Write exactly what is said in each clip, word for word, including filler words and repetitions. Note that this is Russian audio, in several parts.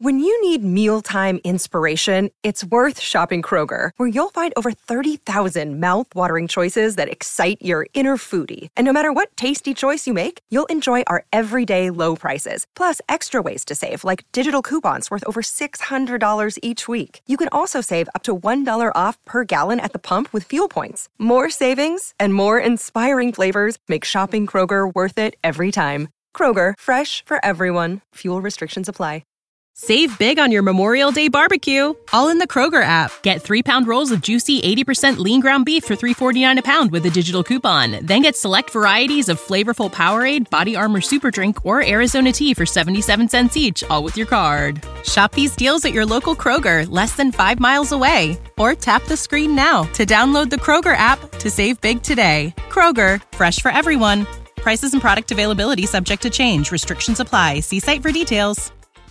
When you need mealtime inspiration, it's worth shopping Kroger, where you'll find over thirty thousand mouth-watering choices that excite your inner foodie. And no matter what tasty choice you make, you'll enjoy our everyday low prices, plus extra ways to save, like digital coupons worth over six hundred dollars each week. You can also save up to one dollar off per gallon at the pump with fuel points. More savings and more inspiring flavors make shopping Kroger worth it every time. Kroger, fresh for everyone. Fuel restrictions apply. Save big on your Memorial Day barbecue, all in the Kroger app. Get three-pound rolls of juicy eighty percent lean ground beef for three forty-nine a pound with a digital coupon. Then get select varieties of flavorful Powerade, Body Armor Super Drink, or Arizona tea for seventy-seven cents each, all with your card. Shop these deals at your local Kroger, less than five miles away. Or tap the screen now to download the Kroger app to save big today. Kroger, fresh for everyone. Prices and product availability subject to change. Restrictions apply. See site for details.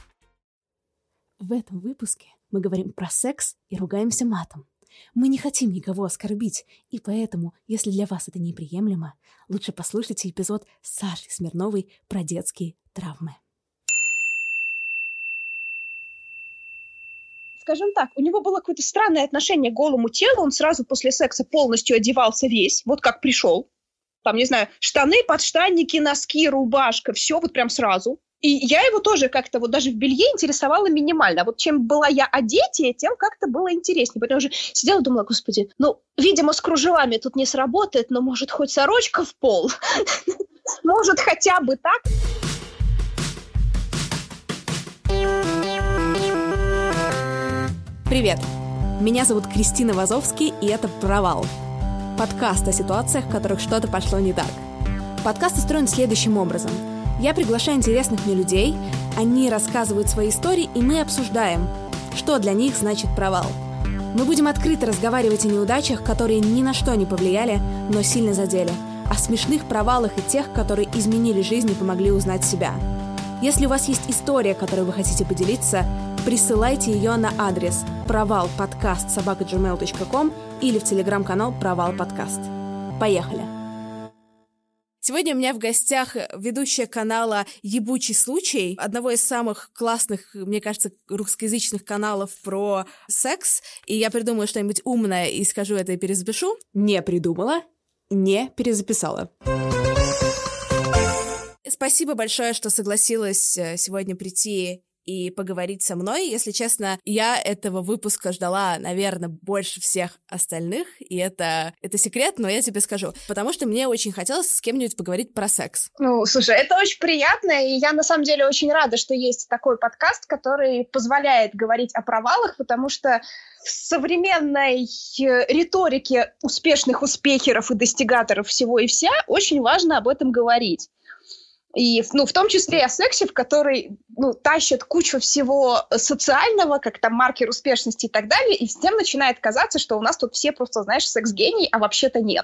В этом выпуске мы говорим про секс и ругаемся матом. Мы не хотим никого оскорбить, и поэтому, если для вас это неприемлемо, лучше послушайте эпизод с Сашей Смирновой про детские травмы. Скажем так, у него было какое-то странное отношение к голому телу, он сразу после секса полностью одевался весь, вот как пришел. Там, не знаю, штаны, подштанники, носки, рубашка, все вот прям сразу. И я его тоже как-то вот даже в белье интересовала минимально. Вот чем была я одетее, тем как-то было интереснее. Потому что сидела и думала, господи, ну, видимо, с кружевами тут не сработает, но может хоть сорочка в пол? Может хотя бы так? Привет! Меня зовут Кристина Вазовский, и это «Провал». Подкаст о ситуациях, в которых что-то пошло не так. Подкаст устроен следующим образом. Я приглашаю интересных мне людей, они рассказывают свои истории, и мы обсуждаем, что для них значит провал. Мы будем открыто разговаривать о неудачах, которые ни на что не повлияли, но сильно задели, о смешных провалах и тех, которые изменили жизнь и помогли узнать себя. Если у вас есть история, которой вы хотите поделиться, присылайте ее на адрес провал подкаст собака джи мейл точка ком или в телеграм-канал «Провал подкаст». Поехали! Сегодня у меня в гостях ведущая канала «Ебучий случай», одного из самых классных, мне кажется, русскоязычных каналов про секс. И я придумаю что-нибудь умное и скажу это и перезапишу. Не придумала, не перезаписала. Спасибо большое, что согласилась сегодня прийти и поговорить со мной. Если честно, я этого выпуска ждала, наверное, больше всех остальных, и это, это секрет, но я тебе скажу, потому что мне очень хотелось с кем-нибудь поговорить про секс. Ну, слушай, это очень приятно, и я на самом деле очень рада, что есть такой подкаст, который позволяет говорить о провалах, потому что в современной риторике успешных успехеров и достигаторов всего и вся очень важно об этом говорить. И, ну, в том числе и о сексе, в который, ну, тащат кучу всего социального, как там маркер успешности и так далее, и всем начинает казаться, что у нас тут все просто, знаешь, секс-гений, а вообще-то нет.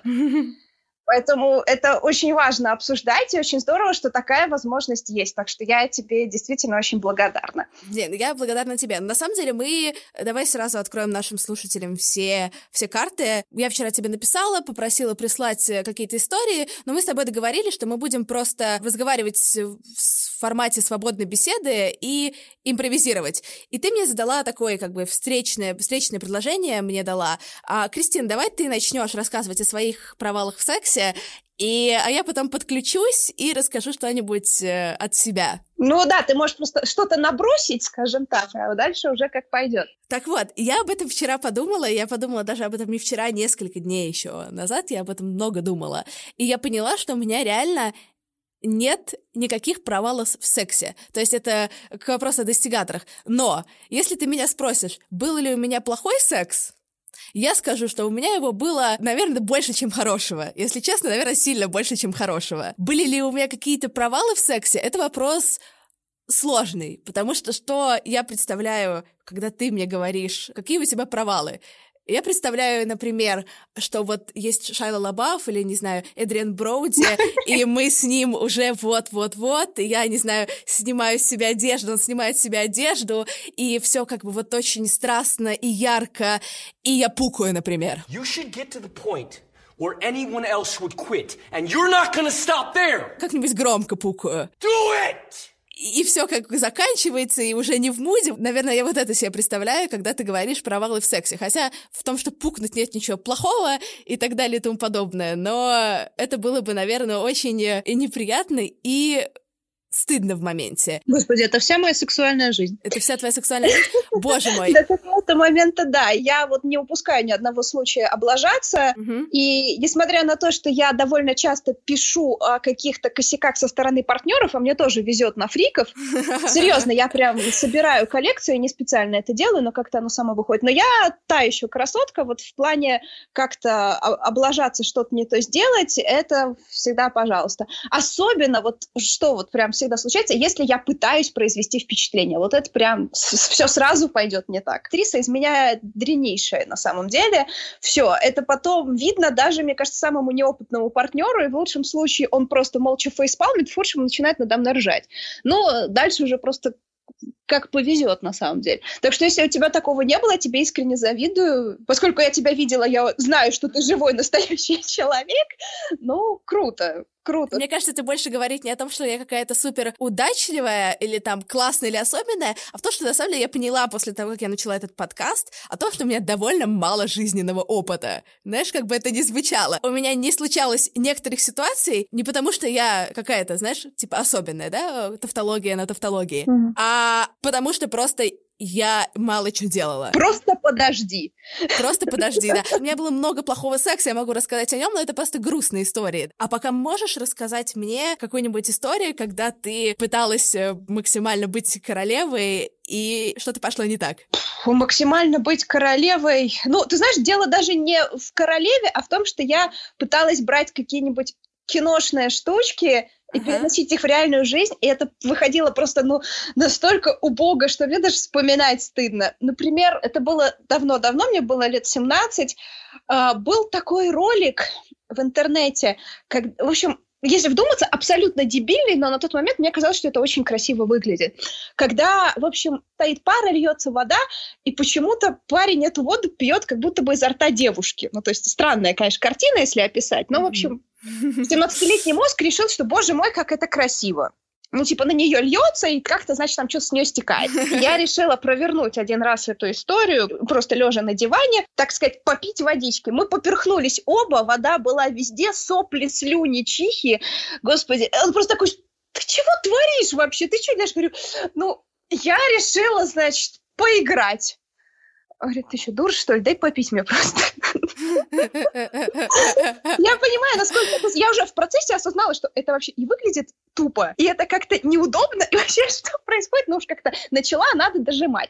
Поэтому это очень важно обсуждать, и очень здорово, что такая возможность есть. Так что я тебе действительно очень благодарна. Лен, я благодарна тебе. На самом деле мы... Давай сразу откроем нашим слушателям все, все карты. Я вчера тебе написала, попросила прислать какие-то истории, но мы с тобой договорились, что мы будем просто разговаривать в формате свободной беседы и импровизировать. И ты мне задала такое, как бы, встречное, встречное предложение мне дала. А, Кристин, давай ты начнешь рассказывать о своих провалах в сексе, и, а я потом подключусь и расскажу что-нибудь э, от себя. Ну да, ты можешь просто что-то набросить, скажем так, а дальше уже как пойдет. Так вот, я об этом вчера подумала, я подумала даже об этом не вчера, а несколько дней еще назад, я об этом много думала. И я поняла, что у меня реально нет никаких провалов в сексе. То есть это к вопросу о достигаторах. Но если ты меня спросишь, был ли у меня плохой секс, я скажу, что у меня его было, наверное, больше, чем хорошего. Если честно, наверное, сильно больше, чем хорошего. Были ли у меня какие-то провалы в сексе? Это вопрос сложный, потому что что я представляю, когда ты мне говоришь, какие у тебя провалы? Я представляю, например, что вот есть Шайа Лабаф или, не знаю, Эдриан Броуди, и мы с ним уже вот-вот-вот, и я, не знаю, снимаю с себя одежду, он снимает с себя одежду, и все как бы вот очень страстно и ярко, и я пукаю, например. You should get to the point where anyone else would quit, and you're not gonna stop there. Как-нибудь громко пукаю. Do it! и все как заканчивается, и уже не в муде. Наверное, я вот это себе представляю, когда ты говоришь провалы в сексе. Хотя в том, что пукнуть нет ничего плохого и так далее и тому подобное. Но это было бы, наверное, очень неприятно и стыдно в моменте. Господи, это вся моя сексуальная жизнь. Это вся твоя сексуальная жизнь? Боже мой. До какого-то момента, да. Я вот не упускаю ни одного случая облажаться. Угу. И несмотря на то, что я довольно часто пишу о каких-то косяках со стороны партнеров, а мне тоже везет на фриков. Серьезно, я прям собираю коллекцию, не специально это делаю, но как-то оно само выходит. Но я та еще красотка, вот в плане как-то облажаться, что-то не то сделать, это всегда пожалуйста. Особенно вот что вот прям всегда случается, если я пытаюсь произвести впечатление. Вот это прям все сразу пойдет не так. Актриса из меня дрянейшая на самом деле. Все, это потом видно даже, мне кажется, самому неопытному партнеру, и в лучшем случае он просто молча фейспалмит, в худшем начинает надо мной ржать. Но дальше уже просто как повезет на самом деле. Так что если у тебя такого не было, я тебе искренне завидую. Поскольку я тебя видела, я знаю, что ты живой, настоящий человек. Ну, круто. Круто. Мне кажется, это больше говорит не о том, что я какая-то супер удачливая или там классная или особенная, а в том, что на самом деле я поняла после того, как я начала этот подкаст, о том, что у меня довольно мало жизненного опыта. Знаешь, как бы это ни звучало. У меня не случалось некоторых ситуаций не потому, что я какая-то, знаешь, типа особенная, да, тавтология на тавтологии, mm-hmm. а потому что просто я мало что делала. Просто подожди. Просто подожди, да. У меня было много плохого секса, я могу рассказать о нем, но это просто грустные истории. А пока можешь рассказать мне какую-нибудь историю, когда ты пыталась максимально быть королевой, и что-то пошло не так? Фу, максимально быть королевой... Ну, ты знаешь, дело даже не в королеве, а в том, что я пыталась брать какие-нибудь киношные штучки и uh-huh. переносить их в реальную жизнь, и это выходило просто, ну, настолько убого, что мне даже вспоминать стыдно. Например, это было давно-давно, мне было лет семнадцать, э, был такой ролик в интернете, как, в общем, если вдуматься, абсолютно дебильный, но на тот момент мне казалось, что это очень красиво выглядит. Когда, в общем, стоит пара, льется вода, и почему-то парень эту воду пьет как будто бы изо рта девушки. Ну, то есть странная, конечно, картина, если описать, но, в общем, семнадцатилетний мозг решил, что, боже мой, как это красиво. Ну, типа, на нее льется, и как-то, значит, там что-то с нее стекает. Я решила провернуть один раз эту историю, просто лежа на диване, так сказать, попить водички. Мы поперхнулись оба, вода была везде, сопли, слюни, чихи. Господи, он просто такой, ты чего творишь вообще? Ты что делаешь? Говорю, ну, я решила, значит, поиграть. Он говорит, ты что, дура, что ли? Дай попить мне просто. Я понимаю, насколько... Я уже в процессе осознала, что это вообще и выглядит тупо, и это как-то неудобно, и вообще что происходит, ну уж как-то начала, надо дожимать.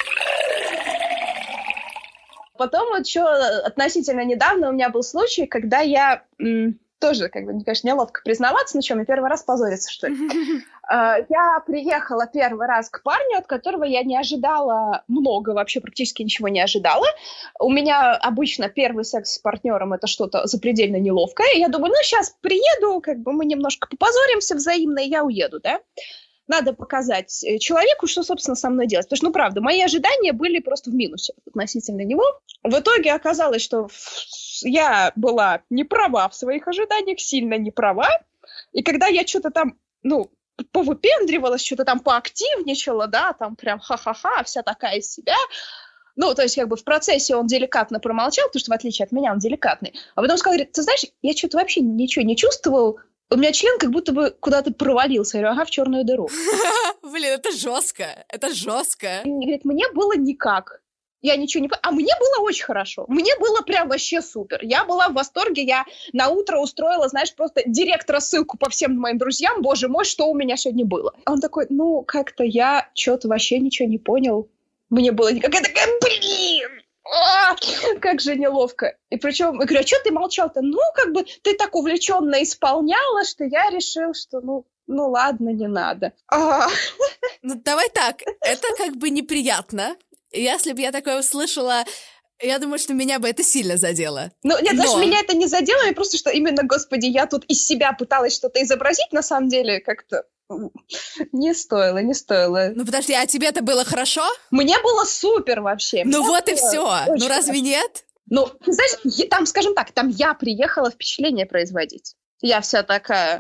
Потом вот еще относительно недавно у меня был случай, когда я... М- тоже, как бы, конечно, неловко признаваться, но что, мне первый раз позориться, что ли? Я приехала первый раз к парню, от которого я не ожидала много, вообще практически ничего не ожидала. У меня обычно первый секс с партнером — это что-то запредельно неловкое. И я думаю, ну, сейчас приеду, как бы мы немножко попозоримся взаимно, и я уеду, да? Надо показать человеку, что, собственно, со мной делать. Потому что, ну, правда, мои ожидания были просто в минусе относительно него. В итоге оказалось, что я была не права в своих ожиданиях, сильно не права. И когда я что-то там, ну, повыпендривалась, что-то там поактивничала, да, там прям ха-ха-ха, вся такая из себя. Ну, то есть, как бы в процессе он деликатно промолчал, потому что, в отличие от меня, он деликатный. А потом сказал, говорит, ты знаешь, я что-то вообще ничего не чувствовал, у меня член как будто бы куда-то провалился. Я говорю, ага, в черную дыру. Блин, это жестко, это жестко. И говорит, мне было никак. Я ничего не... А мне было очень хорошо. Мне было прям вообще супер. Я была в восторге. Я на утро устроила, знаешь, просто директ рассылку по всем моим друзьям. Боже мой, что у меня сегодня было. Он такой, ну, как-то я что-то вообще ничего не понял. Мне было никак... Я такая, блин! А, как же неловко. И причем, я говорю, а что ты молчал-то? Ну, как бы ты так увлеченно исполняла, что я решил, что, ну, ну ладно, не надо. А. Ну, давай так, это как бы неприятно. Если бы я такое услышала, я думаю, что меня бы это сильно задело. Ну, нет, Но... знаешь, меня это не задело, и просто, что именно, господи, я тут из себя пыталась что-то изобразить, на самом деле, как-то не стоило, не стоило. Ну, подожди, а тебе-то было хорошо? Мне было супер вообще. Ну, Мне вот и все. Ну, разве хорошо. нет? Ну, знаешь, там, скажем так, там я приехала впечатление производить. Я вся такая...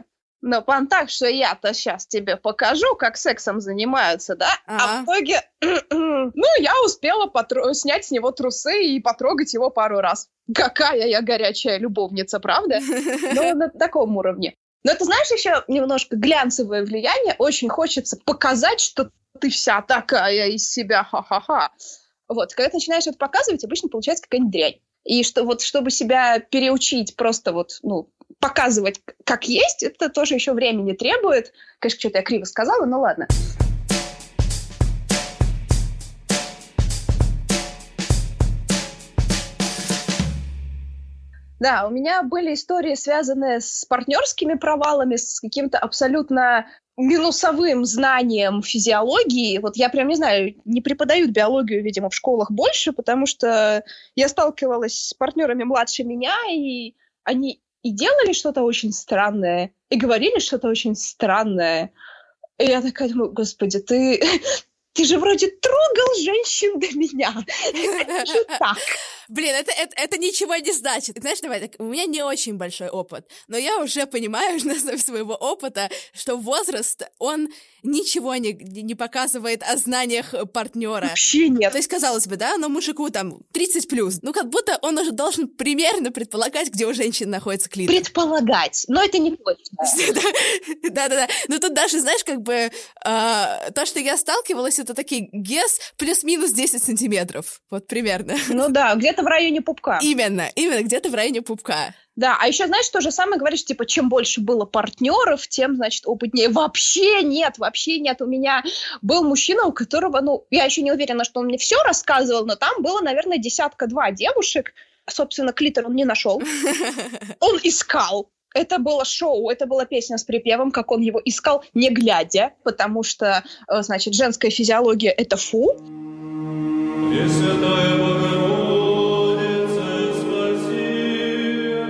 Ну, план так, что я-то сейчас тебе покажу, как сексом занимаются, да? А, а в итоге, ну, я успела потро- снять с него трусы и потрогать его пару раз. Какая я горячая любовница, правда? Ну, на таком уровне. Но это, знаешь, еще немножко глянцевое влияние. Очень хочется показать, что ты вся такая из себя, ха-ха-ха. Вот, когда ты начинаешь это показывать, обычно получается какая-нибудь дрянь. И что вот, чтобы себя переучить просто вот, ну, показывать как есть, это тоже еще времени требует. Конечно, что-то я криво сказала, но ладно. Да, у меня были истории, связанные с партнерскими провалами, с каким-то абсолютно минусовым знанием физиологии. Вот я прям не знаю, не преподают биологию, видимо, в школах больше, потому что я сталкивалась с партнерами младше меня, и они и делали что-то очень странное, и говорили что-то очень странное. И я такая думаю, господи, ты... Ты же вроде трогал женщин до меня. Это же так. Блин, это, это, это ничего не значит. Знаешь, давай так, у меня не очень большой опыт, но я уже понимаю на основе своего опыта, что возраст, он ничего не, не показывает о знаниях партнера. Вообще нет. То есть, казалось бы, да, но мужику там тридцать плюс, ну как будто он уже должен примерно предполагать, где у женщины находится клитор. Предполагать, но это не точно. Да-да-да, но тут даже, знаешь, как бы то, что я сталкивалась, это такие гес плюс-минус десять сантиметров, вот примерно. Ну да, где-то в районе пупка. Именно, именно, где-то в районе пупка. Да, а еще, знаешь, то же самое говоришь, типа, чем больше было партнеров, тем, значит, опытнее. Вообще нет, вообще нет. У меня был мужчина, у которого, ну, я еще не уверена, что он мне все рассказывал, но там было, наверное, десятка-два девушек. Собственно, клитор он не нашел. Он искал. Это было шоу, это была песня с припевом, как он его искал, не глядя, потому что, значит, женская физиология — это фу. Пресвятая Богородица, спаси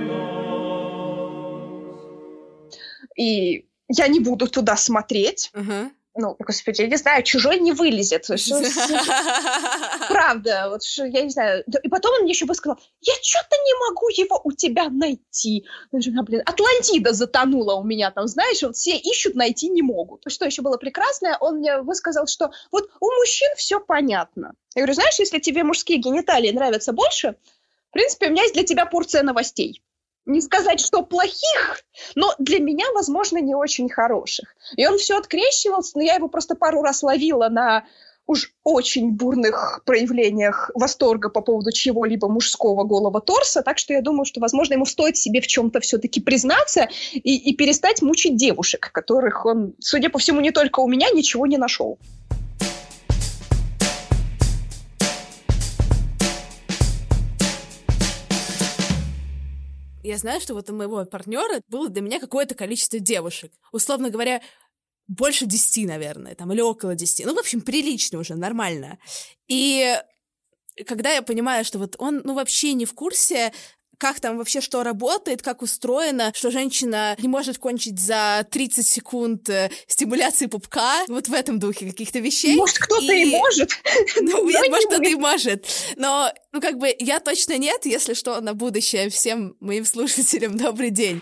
нас. И я не буду туда смотреть. Uh-huh. Ну, господи, я не знаю, чужой не вылезет. Правда, вот я не знаю. И потом он мне еще бы сказал, я что-то не могу его у тебя найти. Блин, Атлантида затонула у меня там, знаешь, вот все ищут, найти не могут. Что еще было прекрасное, он мне высказал, что вот у мужчин все понятно. Я говорю, знаешь, если тебе мужские гениталии нравятся больше, в принципе, у меня есть для тебя порция новостей. Не сказать, что плохих, но для меня, возможно, не очень хороших. И он все открещивался, но я его просто пару раз ловила на уж очень бурных проявлениях восторга по поводу чего-либо мужского голого торса, так что я думаю, что, возможно, ему стоит себе в чем-то все-таки признаться и, и перестать мучить девушек, которых он, судя по всему, не только у меня ничего не нашел. Я знаю, что вот у моего партнера было для меня какое-то количество девушек. Условно говоря, больше десяти, наверное, там, или около десяти. Ну, в общем, прилично уже, нормально. И когда я понимаю, что вот он, ну, вообще не в курсе, как там вообще что работает, как устроено, что женщина не может кончить за тридцать секунд стимуляции пупка, вот в этом духе каких-то вещей. Может, кто-то и, и может. Ну, может, кто-то и может. Но, ну, как бы, я точно нет, если что, на будущее. Всем моим слушателям добрый день.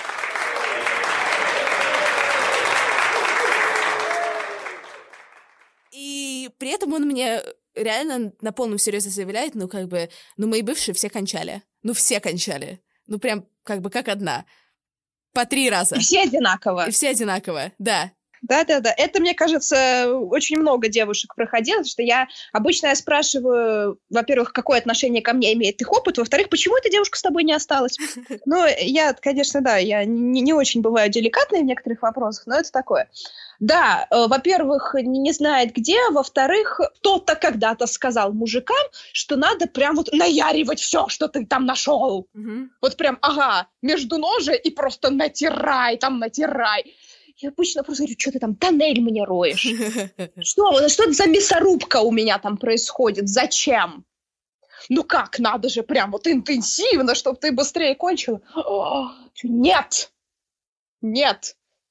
И при этом он мне реально на полном серьезе заявляет, ну, как бы, ну, мои бывшие все кончали. Ну, все кончали. Ну, прям, как бы, как одна. По три раза. И все одинаково. И все одинаково, да. Да-да-да. Это, мне кажется, очень много девушек проходило, потому что я обычно я спрашиваю, во-первых, какое отношение ко мне имеет их опыт, во-вторых, почему эта девушка с тобой не осталась? Ну, я, конечно, да, я не, не очень бываю деликатной в некоторых вопросах, но это такое. Да, э, во-первых, не, не знает где, во-вторых, кто-то когда-то сказал мужикам, что надо прям вот наяривать все, что ты там нашел. Mm-hmm. Вот прям, ага, между ножа и просто натирай, там натирай. Я обычно просто говорю, что ты там тоннель мне роешь? Что, что это за мясорубка у меня там происходит? Зачем? Ну как, надо же прям вот интенсивно, чтобы ты быстрее кончила. О, нет, нет.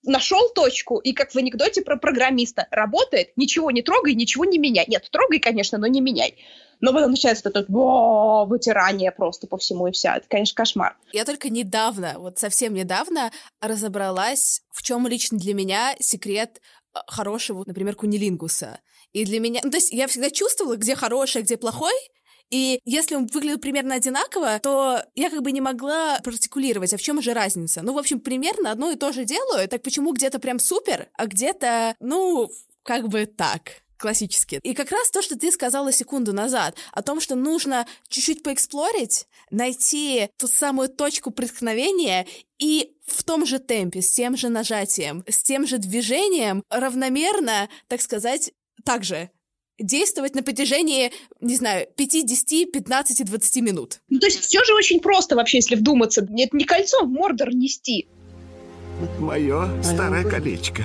нашел точку, и как в анекдоте про программиста. Работает, ничего не трогай, ничего не меняй. Нет, трогай, конечно, но не меняй. Но потом начинается это вытирание просто по всему и вся. Это, конечно, кошмар. Я только недавно, вот совсем недавно разобралась, в чем лично для меня секрет хорошего, например, кунилингуса. И для меня... Ну, то есть я всегда чувствовала, где хороший, а где плохой, и если он выглядел примерно одинаково, то я как бы не могла протикулировать, а в чем же разница? Ну, в общем, примерно одно и то же делаю, так почему где-то прям супер, а где-то, ну, как бы так, классически. И как раз то, что ты сказала секунду назад, о том, что нужно чуть-чуть поэксплорить, найти ту самую точку преткновения и в том же темпе, с тем же нажатием, с тем же движением равномерно, так сказать, так же действовать на протяжении, не знаю, пять, десять, пятнадцать, двадцать минут. Ну, то есть все же очень просто вообще, если вдуматься. Это не кольцо в Мордор нести. Мое старое колечко.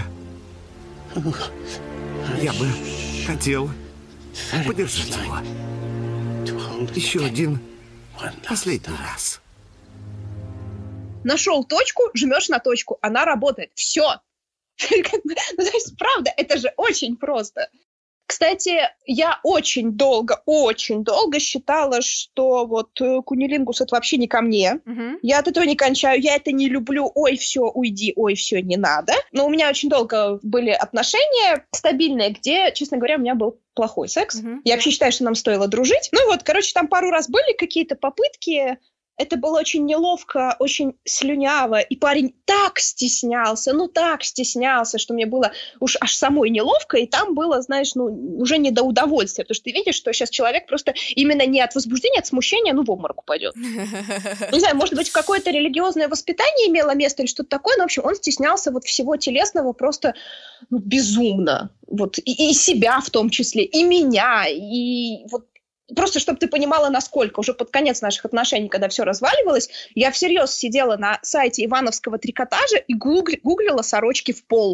Я бы хотел подержать его. Еще один последний раз. Нашел точку, жмешь на точку, она работает. Все. Ну, то есть, правда, это же очень просто. Кстати, я очень долго, очень долго считала, что вот кунилингус — это вообще не ко мне. Uh-huh. Я от этого не кончаю, я это не люблю. Ой, все, уйди, ой, все, не надо. Но у меня очень долго были отношения стабильные, где, честно говоря, у меня был плохой секс. Uh-huh. Я вообще считаю, что нам стоило дружить. Ну вот, короче, там пару раз были какие-то попытки. Это было очень неловко, очень слюняво, и парень так стеснялся, ну так стеснялся, что мне было уж аж самой неловко, и там было, знаешь, ну уже не до удовольствия, потому что ты видишь, что сейчас человек просто именно не от возбуждения, от смущения, ну в обморок упадет. Не знаю, может быть, какое-то религиозное воспитание имело место или что-то такое, но, в общем, он стеснялся вот всего телесного просто ну, безумно. Вот, и, и себя в том числе, и меня, и вот просто, чтобы ты понимала, насколько. Уже под конец наших отношений, когда все разваливалось, я всерьез сидела на сайте ивановского трикотажа и гугли- гуглила сорочки в пол.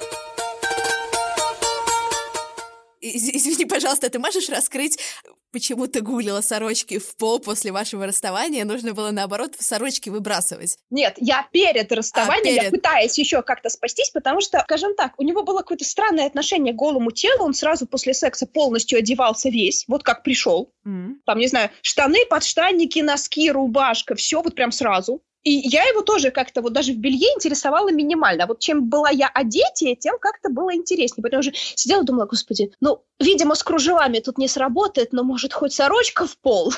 Извини, пожалуйста, ты можешь раскрыть, почему ты гуглила сорочки в пол после вашего расставания? Нужно было, наоборот, сорочки выбрасывать. Нет, я перед расставанием, а, перед. я пытаюсь еще как-то спастись, потому что, скажем так, у него было какое-то странное отношение к голому телу, он сразу после секса полностью одевался весь, вот как пришел. Mm. Там, не знаю, штаны, подштанники, носки, рубашка, все вот прям сразу. И я его тоже как-то вот даже в белье интересовала минимально. А вот чем была я одетее, тем как-то было интереснее. Потому что сидела и думала, господи, ну, видимо, с кружевами тут не сработает, но может хоть сорочка в пол?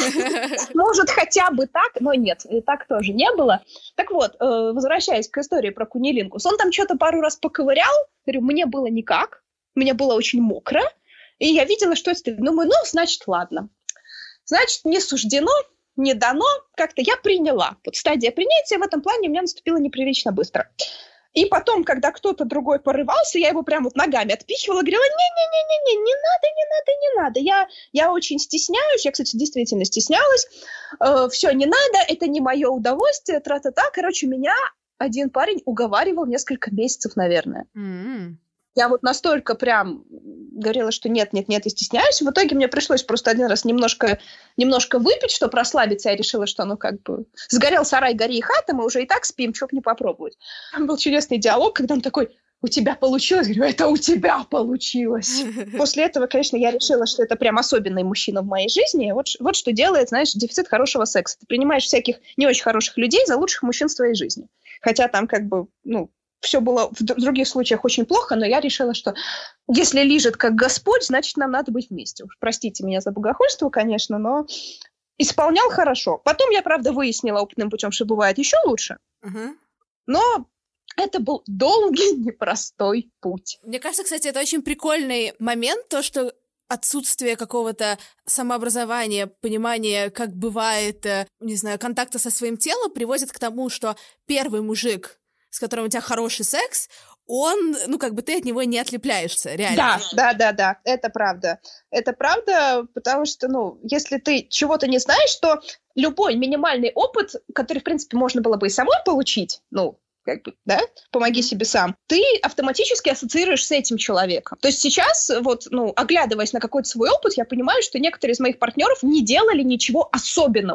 Может хотя бы так? Но нет, и так тоже не было. Так вот, возвращаясь к истории про кунилингус, он там что-то пару раз поковырял, говорю, мне было никак, мне было очень мокро, и я видела, что это... Думаю, ну, значит, ладно. Значит, не суждено, не дано, как-то я приняла. Вот стадия принятия в этом плане у меня наступила неприлично быстро. И потом, когда кто-то другой порывался, я его прям вот ногами отпихивала, говорила, не-не-не-не-не, не надо, не надо, не надо. Я, я очень стесняюсь, я, кстати, действительно стеснялась. Э, все, не надо, это не мое удовольствие, тра-та-та. Короче, меня один парень уговаривал несколько месяцев, наверное. Mm-hmm. Я вот настолько прям говорила, что нет, нет, нет, я стесняюсь. В итоге мне пришлось просто один раз немножко, немножко выпить, чтобы расслабиться. Я решила, что ну как бы сгорел сарай, гори и хата, мы уже и так спим, чё б не попробовать. Там был чудесный диалог, когда он такой, у тебя получилось? Я говорю, это у тебя получилось. После этого, конечно, я решила, что это прям особенный мужчина в моей жизни. Вот, вот что делает, знаешь, дефицит хорошего секса. Ты принимаешь всяких не очень хороших людей за лучших мужчин в твоей жизни. Хотя там как бы, ну, все было в других случаях очень плохо, но я решила, что если лижет как Господь, значит, нам надо быть вместе. Уж простите меня за богохульство, конечно, но исполнял хорошо. Потом я, правда, выяснила опытным путем, что бывает еще лучше. Uh-huh. Но это был долгий, непростой путь. Мне кажется, кстати, это очень прикольный момент, то, что отсутствие какого-то самообразования, понимания, как бывает, не знаю, контакта со своим телом, приводит к тому, что первый мужик, с которым у тебя хороший секс, он, ну, как бы ты от него не отлепляешься, реально. Да, да, да, да, это правда. Это правда, потому что, ну, если ты чего-то не знаешь, то любой минимальный опыт, который, в принципе, можно было бы и самой получить, ну, как бы, да, помоги себе сам, ты автоматически ассоциируешь с этим человеком. То есть сейчас, вот, ну, оглядываясь на какой-то свой опыт, я понимаю, что некоторые из моих партнеров не делали ничего особенного.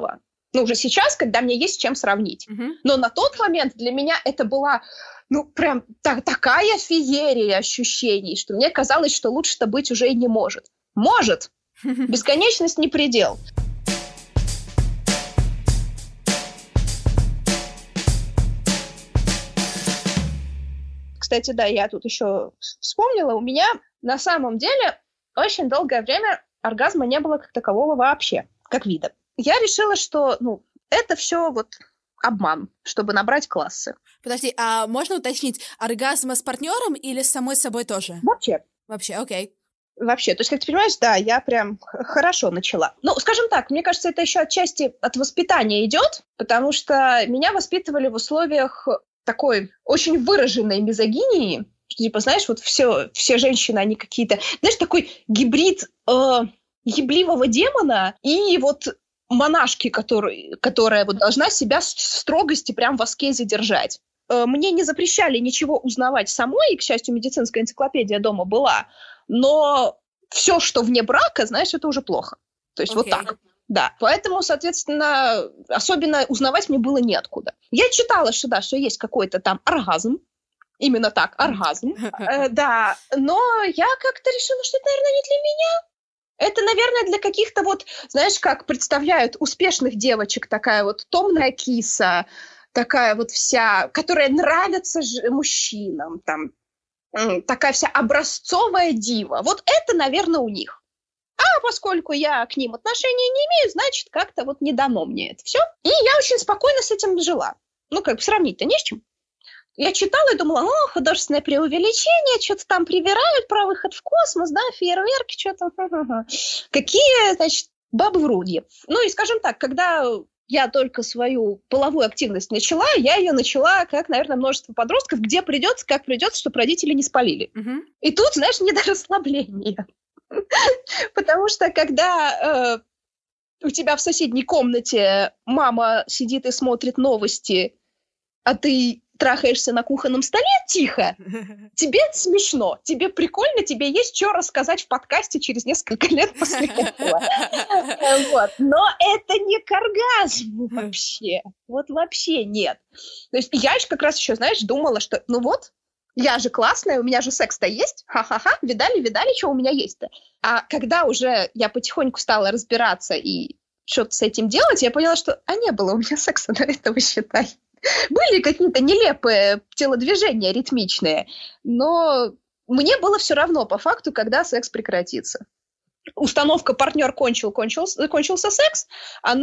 Ну, уже сейчас, когда мне есть с чем сравнить. Mm-hmm. Но на тот момент для меня это была, ну, прям та- такая феерия ощущений, что мне казалось, что лучше-то быть уже и не может. Может! Бесконечность не предел. Кстати, да, я тут еще вспомнила, у меня на самом деле очень долгое время оргазма не было как такового вообще, как вида. Я решила, что, ну, это все вот обман, чтобы набрать классы. Подожди, а можно уточнить, оргазма с партнером или с самой собой тоже? Вообще. Вообще, окей. Вообще, то есть, как ты понимаешь, да, я прям хорошо начала. Ну, скажем так, мне кажется, это еще отчасти от воспитания идет, потому что меня воспитывали в условиях такой очень выраженной мизогинии, что, типа, знаешь, вот все, все женщины, они какие-то, знаешь, такой гибрид э, ебливого демона и вот монашки, который, которая вот должна себя в строгости прям в аскезе держать. Э, мне не запрещали ничего узнавать самой, и, к счастью, медицинская энциклопедия дома была, но все, что вне брака, знаешь, это уже плохо. То есть okay. вот так. Да, поэтому, соответственно, особенно узнавать мне было неоткуда. Я читала, что да, что есть какой-то там оргазм, именно так, оргазм, э, да, но я как-то решила, что это, наверное, не для меня. Это, наверное, для каких-то вот, знаешь, как представляют успешных девочек, такая вот томная киса, такая вот вся, которая нравится ж- мужчинам, там, м- такая вся образцовая дива. Вот это, наверное, у них. А поскольку я к ним отношения не имею, значит, как-то вот не дано мне это все. И я очень спокойно с этим жила. Ну, как бы сравнить-то не с чем. Я читала и думала, ну, художественное преувеличение, что-то там привирают про выход в космос, да, фейерверки, что-то. Какие, значит, бабы вруньи. Ну, и, скажем так, когда я только свою половую активность начала, я ее начала, как, наверное, множество подростков, где придется, как придется, чтобы родители не спалили. Mm-hmm. И тут, знаешь, не до расслабления. Потому что, когда э, у тебя в соседней комнате мама сидит и смотрит новости, а ты трахаешься на кухонном столе тихо, тебе смешно, тебе прикольно, тебе есть что рассказать в подкасте через несколько лет после этого. Вот. Но это не к оргазму вообще. Вот вообще нет. То есть я же как раз еще, знаешь, думала, что ну вот, я же классная, у меня же секс-то есть, ха-ха-ха, видали, видали, что у меня есть-то. А когда уже я потихоньку стала разбираться и что-то с этим делать, я поняла, что а не было у меня секса до этого, считай. Были какие-то нелепые телодвижения ритмичные, но мне было все равно по факту, когда секс прекратится. Установка «партнер кончил, кончился, кончился секс», она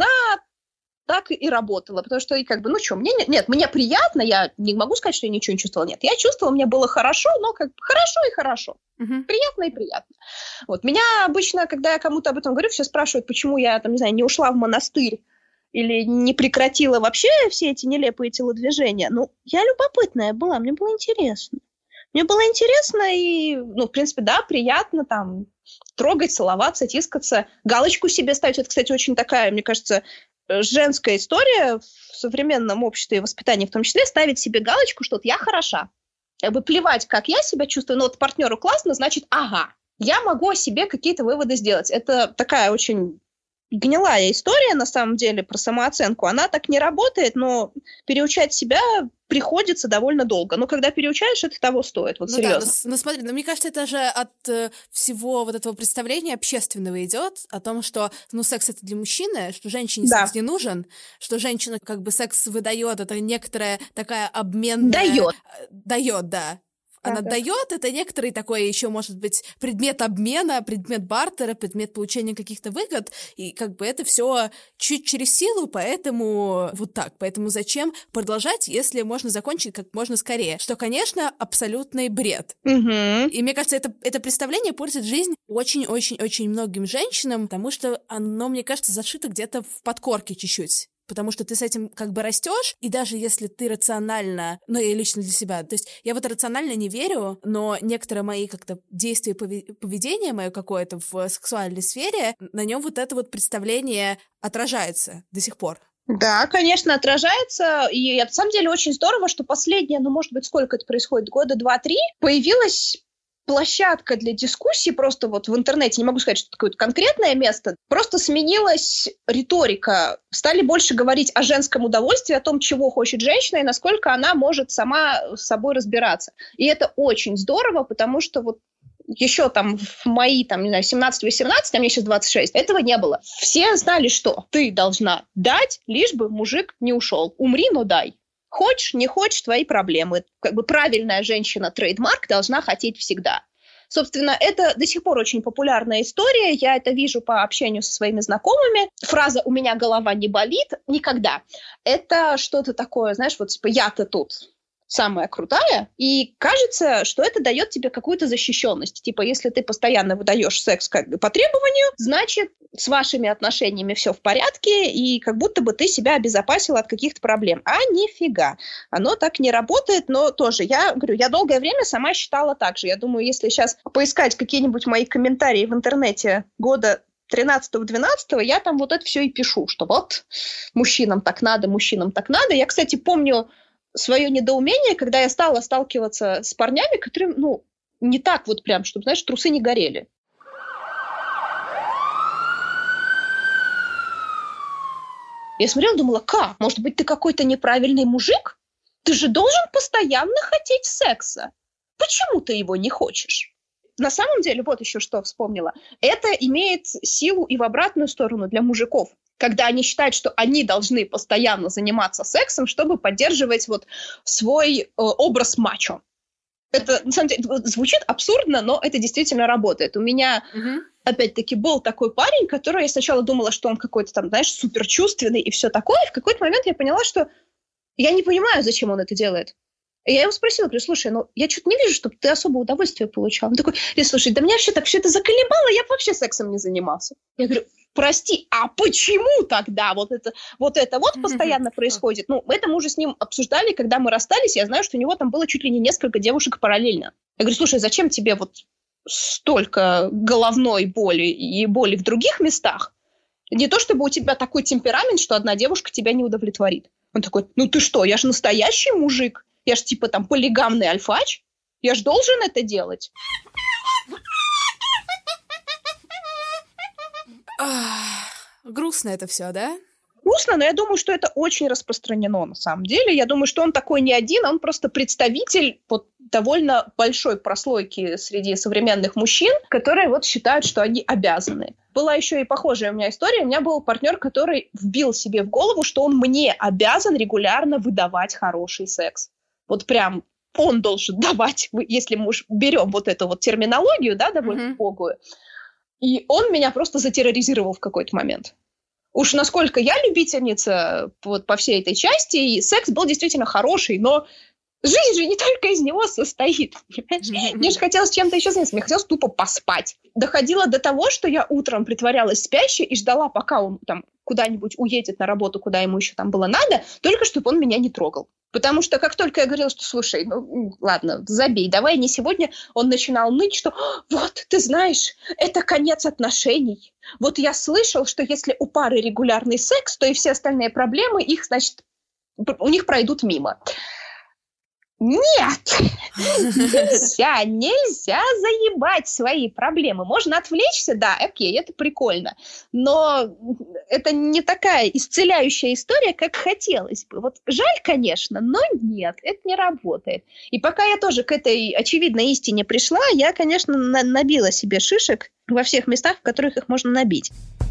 так и работала, потому что, как бы, ну что, мне нет, нет, мне приятно, я не могу сказать, что я ничего не чувствовала, нет, я чувствовала, мне было хорошо, но как бы хорошо и хорошо, uh-huh. приятно и приятно. Вот, меня обычно, когда я кому-то об этом говорю, все спрашивают, почему я, там, не знаю, не ушла в монастырь или не прекратила вообще все эти нелепые телодвижения. Ну, я любопытная была, мне было интересно. Мне было интересно и, ну, в принципе, да, приятно там трогать, целоваться, тискаться, галочку себе ставить. Это, кстати, очень такая, мне кажется, женская история в современном обществе и воспитании в том числе, ставить себе галочку, что вот я хороша. Как бы плевать, как я себя чувствую, но вот партнеру классно, значит, ага, я могу о себе какие-то выводы сделать. Это такая очень гнилая история, на самом деле, про самооценку. Она так не работает, но переучать себя приходится довольно долго. Но когда переучаешь, это того стоит, вот ну серьезно. Да, но, но смотри, но мне кажется, это же от э, всего вот этого представления общественного идет, о том, что, ну, секс — это для мужчины, что женщине да. секс не нужен, что женщина как бы секс выдает, это некоторая такая обменная... Дает. Дает, да. Она да, дает, да. это некоторый такой еще, может быть, предмет обмена, предмет бартера, предмет получения каких-то выгод, и как бы это все чуть через силу, поэтому вот так. Поэтому зачем продолжать, если можно закончить как можно скорее? Что, конечно, абсолютный бред. Угу. И мне кажется, это, это представление портит жизнь очень-очень-очень многим женщинам, потому что оно, мне кажется, зашито где-то в подкорке чуть-чуть. Потому что ты с этим как бы растешь, и даже если ты рационально, ну, я лично для себя, то есть я в это рационально не верю, но некоторые мои как-то действия и поведение мое какое-то в сексуальной сфере, на нем вот это вот представление отражается до сих пор. Да, конечно, отражается, и на самом деле очень здорово, что последнее, ну, может быть, сколько это происходит, года два-три, появилась площадка для дискуссий просто вот в интернете, не могу сказать, что это какое-то конкретное место, просто сменилась риторика. Стали больше говорить о женском удовольствии, о том, чего хочет женщина и насколько она может сама с собой разбираться. И это очень здорово, потому что вот еще там в мои, там, не знаю, семнадцать-восемнадцать, а мне сейчас двадцать шесть, этого не было. Все знали, что ты должна дать, лишь бы мужик не ушел. Умри, но дай. Хочешь, не хочешь, твои проблемы. Как бы правильная женщина-трейдмарк должна хотеть всегда. Собственно, это до сих пор очень популярная история. Я это вижу по общению со своими знакомыми. Фраза «у меня голова не болит» никогда. Это что-то такое, знаешь, вот типа «я-то тут самая крутая», и кажется, что это дает тебе какую-то защищенность. Типа, если ты постоянно выдаешь секс как бы по требованию, значит, с вашими отношениями все в порядке, и как будто бы ты себя обезопасила от каких-то проблем. А нифига. Оно так не работает, но тоже, я говорю, я долгое время сама считала так же. Я думаю, если сейчас поискать какие-нибудь мои комментарии в интернете года тринадцатого-двенадцатого, я там вот это все и пишу, что вот мужчинам так надо, мужчинам так надо. Я, кстати, помню свое недоумение, когда я стала сталкиваться с парнями, которые, ну, не так вот прям, чтобы, знаешь, трусы не горели. Я смотрела, думала, как? Может быть, ты какой-то неправильный мужик? Ты же должен постоянно хотеть секса. Почему ты его не хочешь? На самом деле, вот еще что вспомнила. Это имеет силу и в обратную сторону для мужиков. Когда они считают, что они должны постоянно заниматься сексом, чтобы поддерживать вот свой э, образ мачо. Это, на самом деле, звучит абсурдно, но это действительно работает. У меня, mm-hmm. опять-таки, был такой парень, который я сначала думала, что он какой-то там, знаешь, суперчувственный и все такое. И в какой-то момент я поняла, что я не понимаю, зачем он это делает. И я его спросила, говорю, слушай, ну я что-то не вижу, чтобы ты особо удовольствие получал. Он такой, слушай, да меня вообще так все это заколебало, я вообще сексом не занимался. Я говорю, прости, а почему тогда вот это вот, это вот постоянно происходит? Ну, это мы уже с ним обсуждали, когда мы расстались, я знаю, что у него там было чуть ли не несколько девушек параллельно. Я говорю, слушай, зачем тебе вот столько головной боли и боли в других местах? Не то, чтобы у тебя такой темперамент, что одна девушка тебя не удовлетворит. Он такой, ну ты что, я же настоящий мужик. Я ж типа там полигамный альфач. Я ж должен это делать. Ах, грустно это все, да? Грустно, но я думаю, что это очень распространено на самом деле. Я думаю, что он такой не один, он просто представитель вот довольно большой прослойки среди современных мужчин, которые вот считают, что они обязаны. Была еще и похожая у меня история. У меня был партнер, который вбил себе в голову, что он мне обязан регулярно выдавать хороший секс. Вот прям он должен давать, если мы уж берем вот эту вот терминологию, да, довольно убогую. Mm-hmm. И он меня просто затерроризировал в какой-то момент. Уж насколько я любительница вот по всей этой части, и секс был действительно хороший, но жизнь же не только из него состоит. Mm-hmm. Мне же хотелось чем-то еще заняться, мне хотелось тупо поспать. Доходило до того, что я утром притворялась спящей и ждала, пока он там куда-нибудь уедет на работу, куда ему еще там было надо, только чтобы он меня не трогал. Потому что как только я говорила, что, слушай, ну ладно, забей, давай не сегодня, он начинал ныть, что вот, ты знаешь, это конец отношений. Вот я слышал, что если у пары регулярный секс, то и все остальные проблемы, их, значит, у них пройдут мимо. Нет! Нельзя, нельзя заебать свои проблемы. Можно отвлечься, да, окей, это прикольно. Но это не такая исцеляющая история, как хотелось бы. Вот жаль, конечно, но нет, это не работает. И пока я тоже к этой очевидной истине пришла, я, конечно, на- набила себе шишек во всех местах, в которых их можно набить.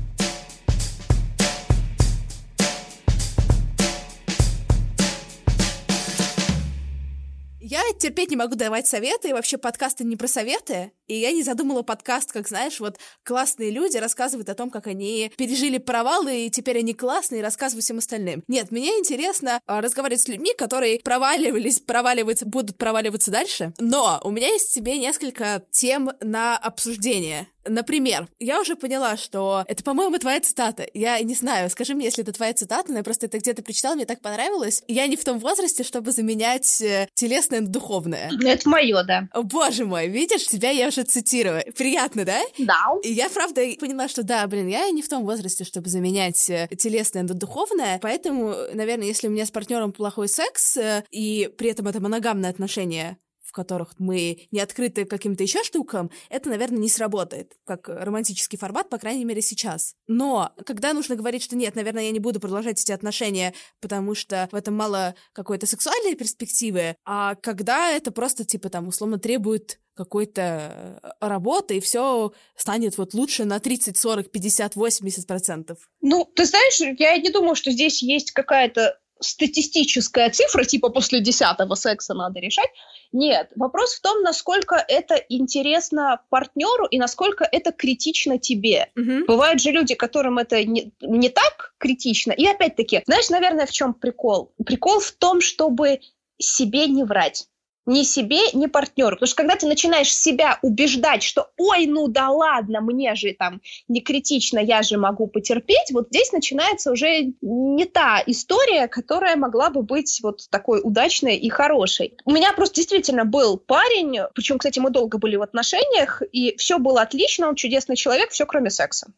Я терпеть не могу давать советы, и вообще подкасты не про советы, и я не задумала подкаст, как, знаешь, вот классные люди рассказывают о том, как они пережили провалы, и теперь они классные, и рассказывают всем остальным. Нет, мне интересно разговаривать с людьми, которые проваливались, проваливаются, будут проваливаться дальше, но у меня есть тебе несколько тем на обсуждение. Например, я уже поняла, что это, по-моему, твоя цитата. Я не знаю, скажи мне, если это твоя цитата, но я просто это где-то прочитала, мне так понравилось. Я не в том возрасте, чтобы заменять телесное на духовное. Это мое, да. О, боже мой, видишь, тебя я уже цитирую. Приятно, да? Да. И я, правда, поняла, что да, блин, я не в том возрасте, чтобы заменять телесное на духовное, поэтому, наверное, если у меня с партнером плохой секс, и при этом это моногамное отношение, в которых мы не открыты каким-то еще штукам, это, наверное, не сработает, как романтический формат, по крайней мере, сейчас. Но когда нужно говорить, что нет, наверное, я не буду продолжать эти отношения, потому что в этом мало какой-то сексуальной перспективы, а когда это просто, типа, там, условно требует какой-то работы, и все станет вот лучше на тридцать, сорок, пятьдесят, восемьдесят процентов. Ну, ты знаешь, я не думаю, что здесь есть какая-то статистическая цифра, типа после десятого секса надо решать. Нет, вопрос в том, насколько это интересно партнеру и насколько это критично тебе. Угу. Бывают же люди, которым это не, не так критично. И опять-таки, знаешь, наверное, в чем прикол? Прикол в том, чтобы себе не врать. Ни себе, ни партнеру. Потому что когда ты начинаешь себя убеждать, что ой, ну да ладно, мне же там не критично, я же могу потерпеть, вот здесь начинается уже не та история, которая могла бы быть вот такой удачной и хорошей. У меня просто действительно был парень, причем, кстати, мы долго были в отношениях, и все было отлично, он чудесный человек, все кроме секса.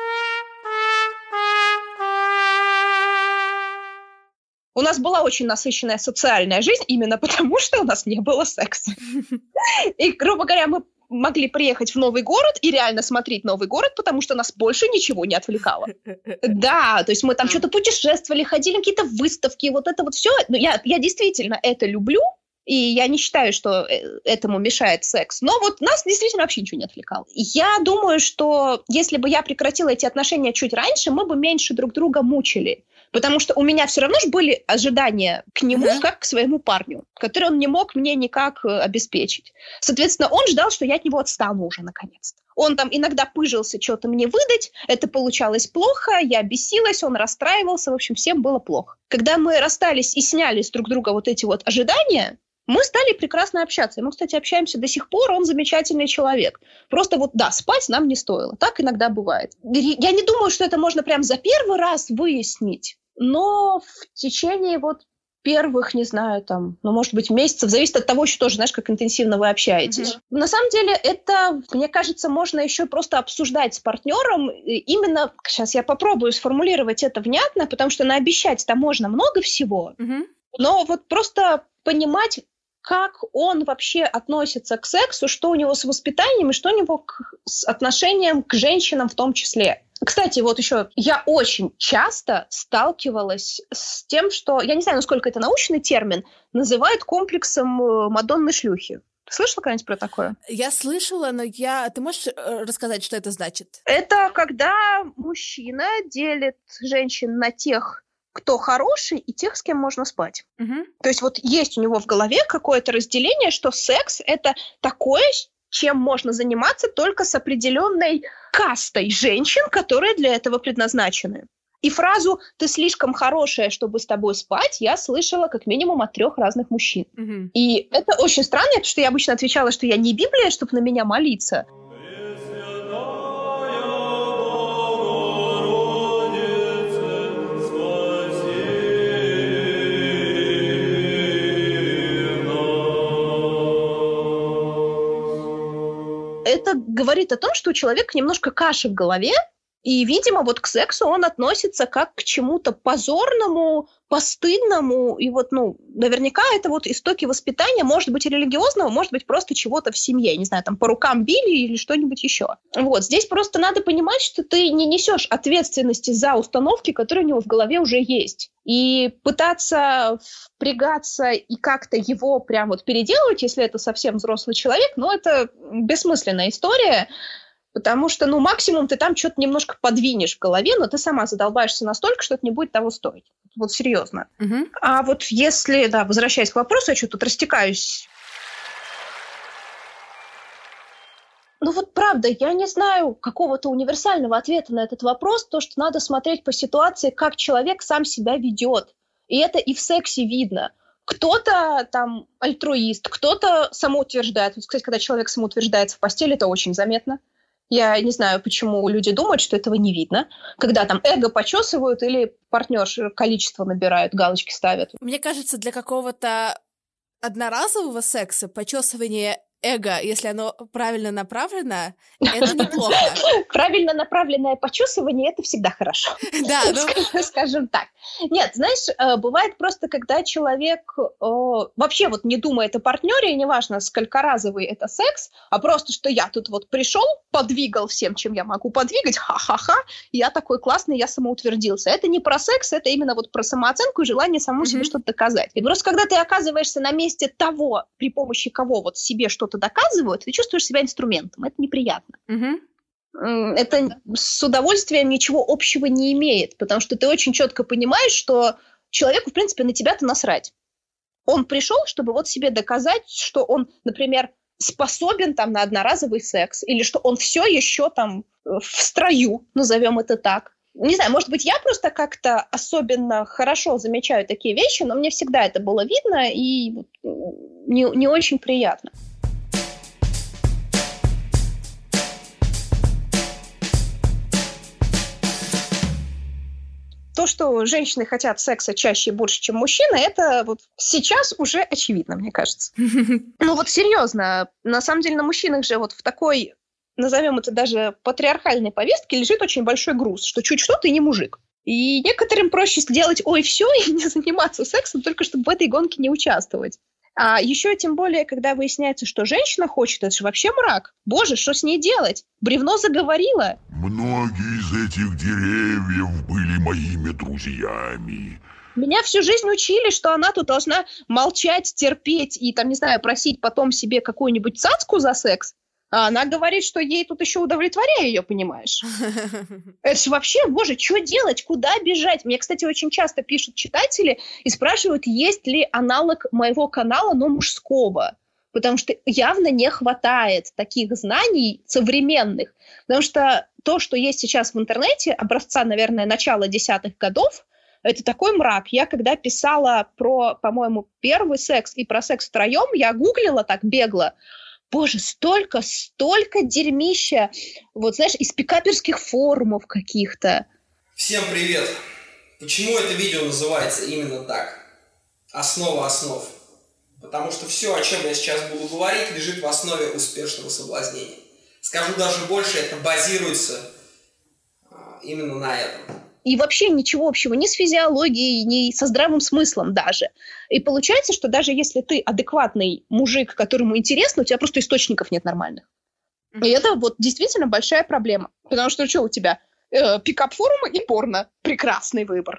У нас была очень насыщенная социальная жизнь именно потому, что у нас не было секса. И, грубо говоря, мы могли приехать в новый город и реально смотреть новый город, потому что нас больше ничего не отвлекало. Да, то есть мы там что-то путешествовали, ходили на какие-то выставки, вот это вот все. Но я, я действительно это люблю, и я не считаю, что этому мешает секс. Но вот нас действительно вообще ничего не отвлекало. Я думаю, что если бы я прекратила эти отношения чуть раньше, мы бы меньше друг друга мучили. Потому что у меня все равно же были ожидания к нему, uh-huh. как к своему парню, которые он не мог мне никак обеспечить. Соответственно, он ждал, что я от него отстану уже наконец-то. Он там иногда пыжился что-то мне выдать, это получалось плохо, я бесилась, он расстраивался, в общем, всем было плохо. Когда мы расстались и сняли с друг друга вот эти вот ожидания, мы стали прекрасно общаться. И мы, кстати, общаемся до сих пор, он замечательный человек. Просто вот, да, спать нам не стоило. Так иногда бывает. Я не думаю, что это можно прям за первый раз выяснить, но в течение вот первых, не знаю, там, ну, может быть, месяцев, зависит от того, еще тоже, знаешь, как интенсивно вы общаетесь. Mm-hmm. На самом деле это, мне кажется, можно еще просто обсуждать с партнером. Именно, сейчас я попробую сформулировать это внятно, потому что наобещать-то можно много всего, mm-hmm. но вот просто понимать, как он вообще относится к сексу, что у него с воспитанием и что у него к, с отношением к женщинам в том числе. Кстати, вот еще я очень часто сталкивалась с тем, что, я не знаю, насколько это научный термин, называют комплексом Мадонны шлюхи. Ты слышала когда-нибудь про такое? Я слышала, но я... Ты можешь рассказать, что это значит? Это когда мужчина делит женщин на тех, кто хороший, и тех, с кем можно спать. Угу. То есть вот есть у него в голове какое-то разделение, что секс — это такое, чем можно заниматься только с определенной кастой женщин, которые для этого предназначены. И фразу «ты слишком хорошая, чтобы с тобой спать» я слышала как минимум от трех разных мужчин. Угу. И это очень странно, потому что я обычно отвечала, что я не Библия, чтобы на меня молиться. Это говорит о том, что у человека немножко каши в голове, и, видимо, вот к сексу он относится как к чему-то позорному, постыдному, и вот, ну, наверняка это вот истоки воспитания, может быть, религиозного, может быть, просто чего-то в семье, не знаю, там, по рукам били или что-нибудь еще. Вот, здесь просто надо понимать, что ты не несешь ответственности за установки, которые у него в голове уже есть. И пытаться впрягаться и как-то его прям вот переделывать, если это совсем взрослый человек, ну, это бессмысленная история, потому что, ну, максимум ты там что-то немножко подвинешь в голове, но ты сама задолбаешься настолько, что это не будет того стоить. Вот серьезно. Uh-huh. А вот если, да, возвращаясь к вопросу, я что-то тут растекаюсь. Ну вот правда, я не знаю какого-то универсального ответа на этот вопрос, то, что надо смотреть по ситуации, как человек сам себя ведет. И это и в сексе видно. Кто-то там альтруист, кто-то самоутверждает. Вот, кстати, когда человек самоутверждается в постели, это очень заметно. Я не знаю, почему люди думают, что этого не видно. Когда там эго почесывают или партнерши количество набирают, галочки ставят. Мне кажется, для какого-то одноразового секса почесывание эго, если оно правильно направлено, это неплохо. Правильно направленное почувствование — это всегда хорошо. Да, ну... Скажем так. Нет, знаешь, бывает просто, когда человек вообще вот не думает о партнере, и неважно, сколькоразовый это секс, а просто, что я тут вот пришел, подвигал всем, чем я могу подвигать, ха-ха-ха, я такой классный, я самоутвердился. Это не про секс, это именно вот про самооценку и желание самому себе что-то доказать. И просто когда ты оказываешься на месте того, при помощи кого вот себе что-то доказывают, ты чувствуешь себя инструментом. Это неприятно. Mm-hmm. Это с удовольствием ничего общего не имеет, потому что ты очень четко понимаешь, что человеку, в принципе, на тебя-то насрать. Он пришел, чтобы вот себе доказать, что он, например, способен там на одноразовый секс, или что он все еще там в строю, назовем это так. Не знаю, может быть, я просто как-то особенно хорошо замечаю такие вещи, но мне всегда это было видно и не, не очень приятно. То, что женщины хотят секса чаще и больше, чем мужчины, это вот сейчас уже очевидно, мне кажется. Ну вот серьезно, на самом деле на мужчинах же вот в такой, назовем это даже патриархальной повестке, лежит очень большой груз, что чуть что ты не мужик. И некоторым проще сделать ой, все, и не заниматься сексом, только чтобы в этой гонке не участвовать. А еще тем более, когда выясняется, что женщина хочет, это же вообще мрак. Боже, что с ней делать? Бревно заговорило. Многие из этих деревьев были моими друзьями. Меня всю жизнь учили, что она тут должна молчать, терпеть и, там, не знаю, просить потом себе какую-нибудь цацку за секс. А она говорит, что ей тут еще удовлетворяю ее, понимаешь? Это же вообще, боже, что делать, куда бежать? Мне, кстати, очень часто пишут читатели и спрашивают, есть ли аналог моего канала, но мужского. Потому что явно не хватает таких знаний современных. Потому что то, что есть сейчас в интернете, образца, наверное, начала десятых годов, это такой мрак. Я когда писала про, по-моему, первый секс и про секс втроем, я гуглила так бегло. Боже, столько, столько дерьмища, вот, знаешь, из пикаперских форумов каких-то. Всем привет! Почему это видео называется именно так? Основа основ. Потому что все, о чем я сейчас буду говорить, лежит в основе успешного соблазнения. Скажу даже больше, это базируется именно на этом. И вообще ничего общего ни с физиологией, ни со здравым смыслом даже. И получается, что даже если ты адекватный мужик, которому интересно, у тебя просто источников нет нормальных. Mm-hmm. И это вот действительно большая проблема. Потому что что у тебя? Э, пикап-форумы и порно. Прекрасный выбор.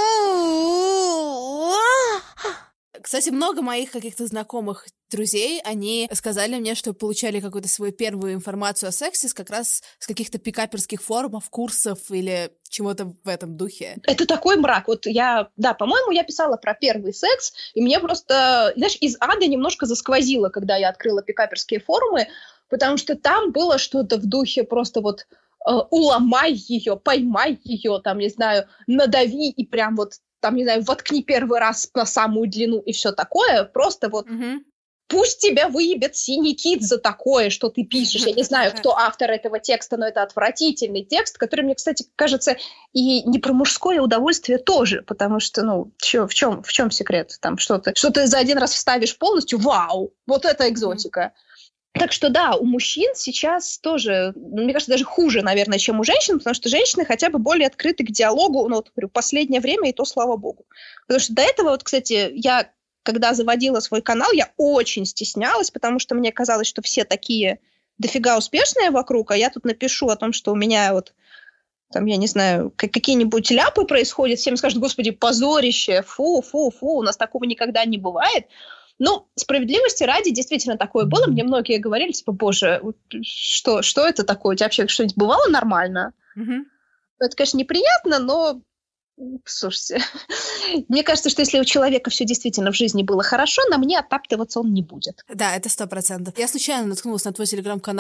Кстати, много моих каких-то знакомых друзей, они сказали мне, что получали какую-то свою первую информацию о сексе как раз с каких-то пикаперских форумов, курсов или чего-то в этом духе. Это такой мрак. Вот я, да, по-моему, я писала про первый секс, и мне просто, знаешь, из ада немножко засквозило, когда я открыла пикаперские форумы, потому что там было что-то в духе просто вот э, уломай ее, поймай ее, там, не знаю, надави и прям вот там, не знаю, воткни первый раз на самую длину и все такое, просто вот mm-hmm. пусть тебя выебет синий кит за такое, что ты пишешь. Я не знаю, кто автор этого текста, но это отвратительный текст, который, мне, кстати, кажется, и не про мужское удовольствие тоже, потому что, ну, чё, в чем в чем секрет? Там что-то, что ты за один раз вставишь полностью, вау, вот это экзотика. Mm-hmm. Так что да, у мужчин сейчас тоже, мне кажется, даже хуже, наверное, чем у женщин, потому что женщины хотя бы более открыты к диалогу, ну, вот, говорю, последнее время, и то слава богу. Потому что до этого, вот, кстати, я, когда заводила свой канал, я очень стеснялась, потому что мне казалось, что все такие дофига успешные вокруг, а я тут напишу о том, что у меня вот, там, я не знаю, какие-нибудь ляпы происходят, всем скажут, господи, позорище, фу, фу, фу, у нас такого никогда не бывает. Ну, справедливости ради, действительно такое было. Мне многие говорили, типа, боже, что, что это такое? У тебя вообще что-нибудь бывало нормально? Mm-hmm. Это, конечно, неприятно, но, слушайте, мне кажется, что если у человека все действительно в жизни было хорошо, на мне оттаптываться он не будет. Да, это сто процентов. Я случайно наткнулась на твой телеграм-канал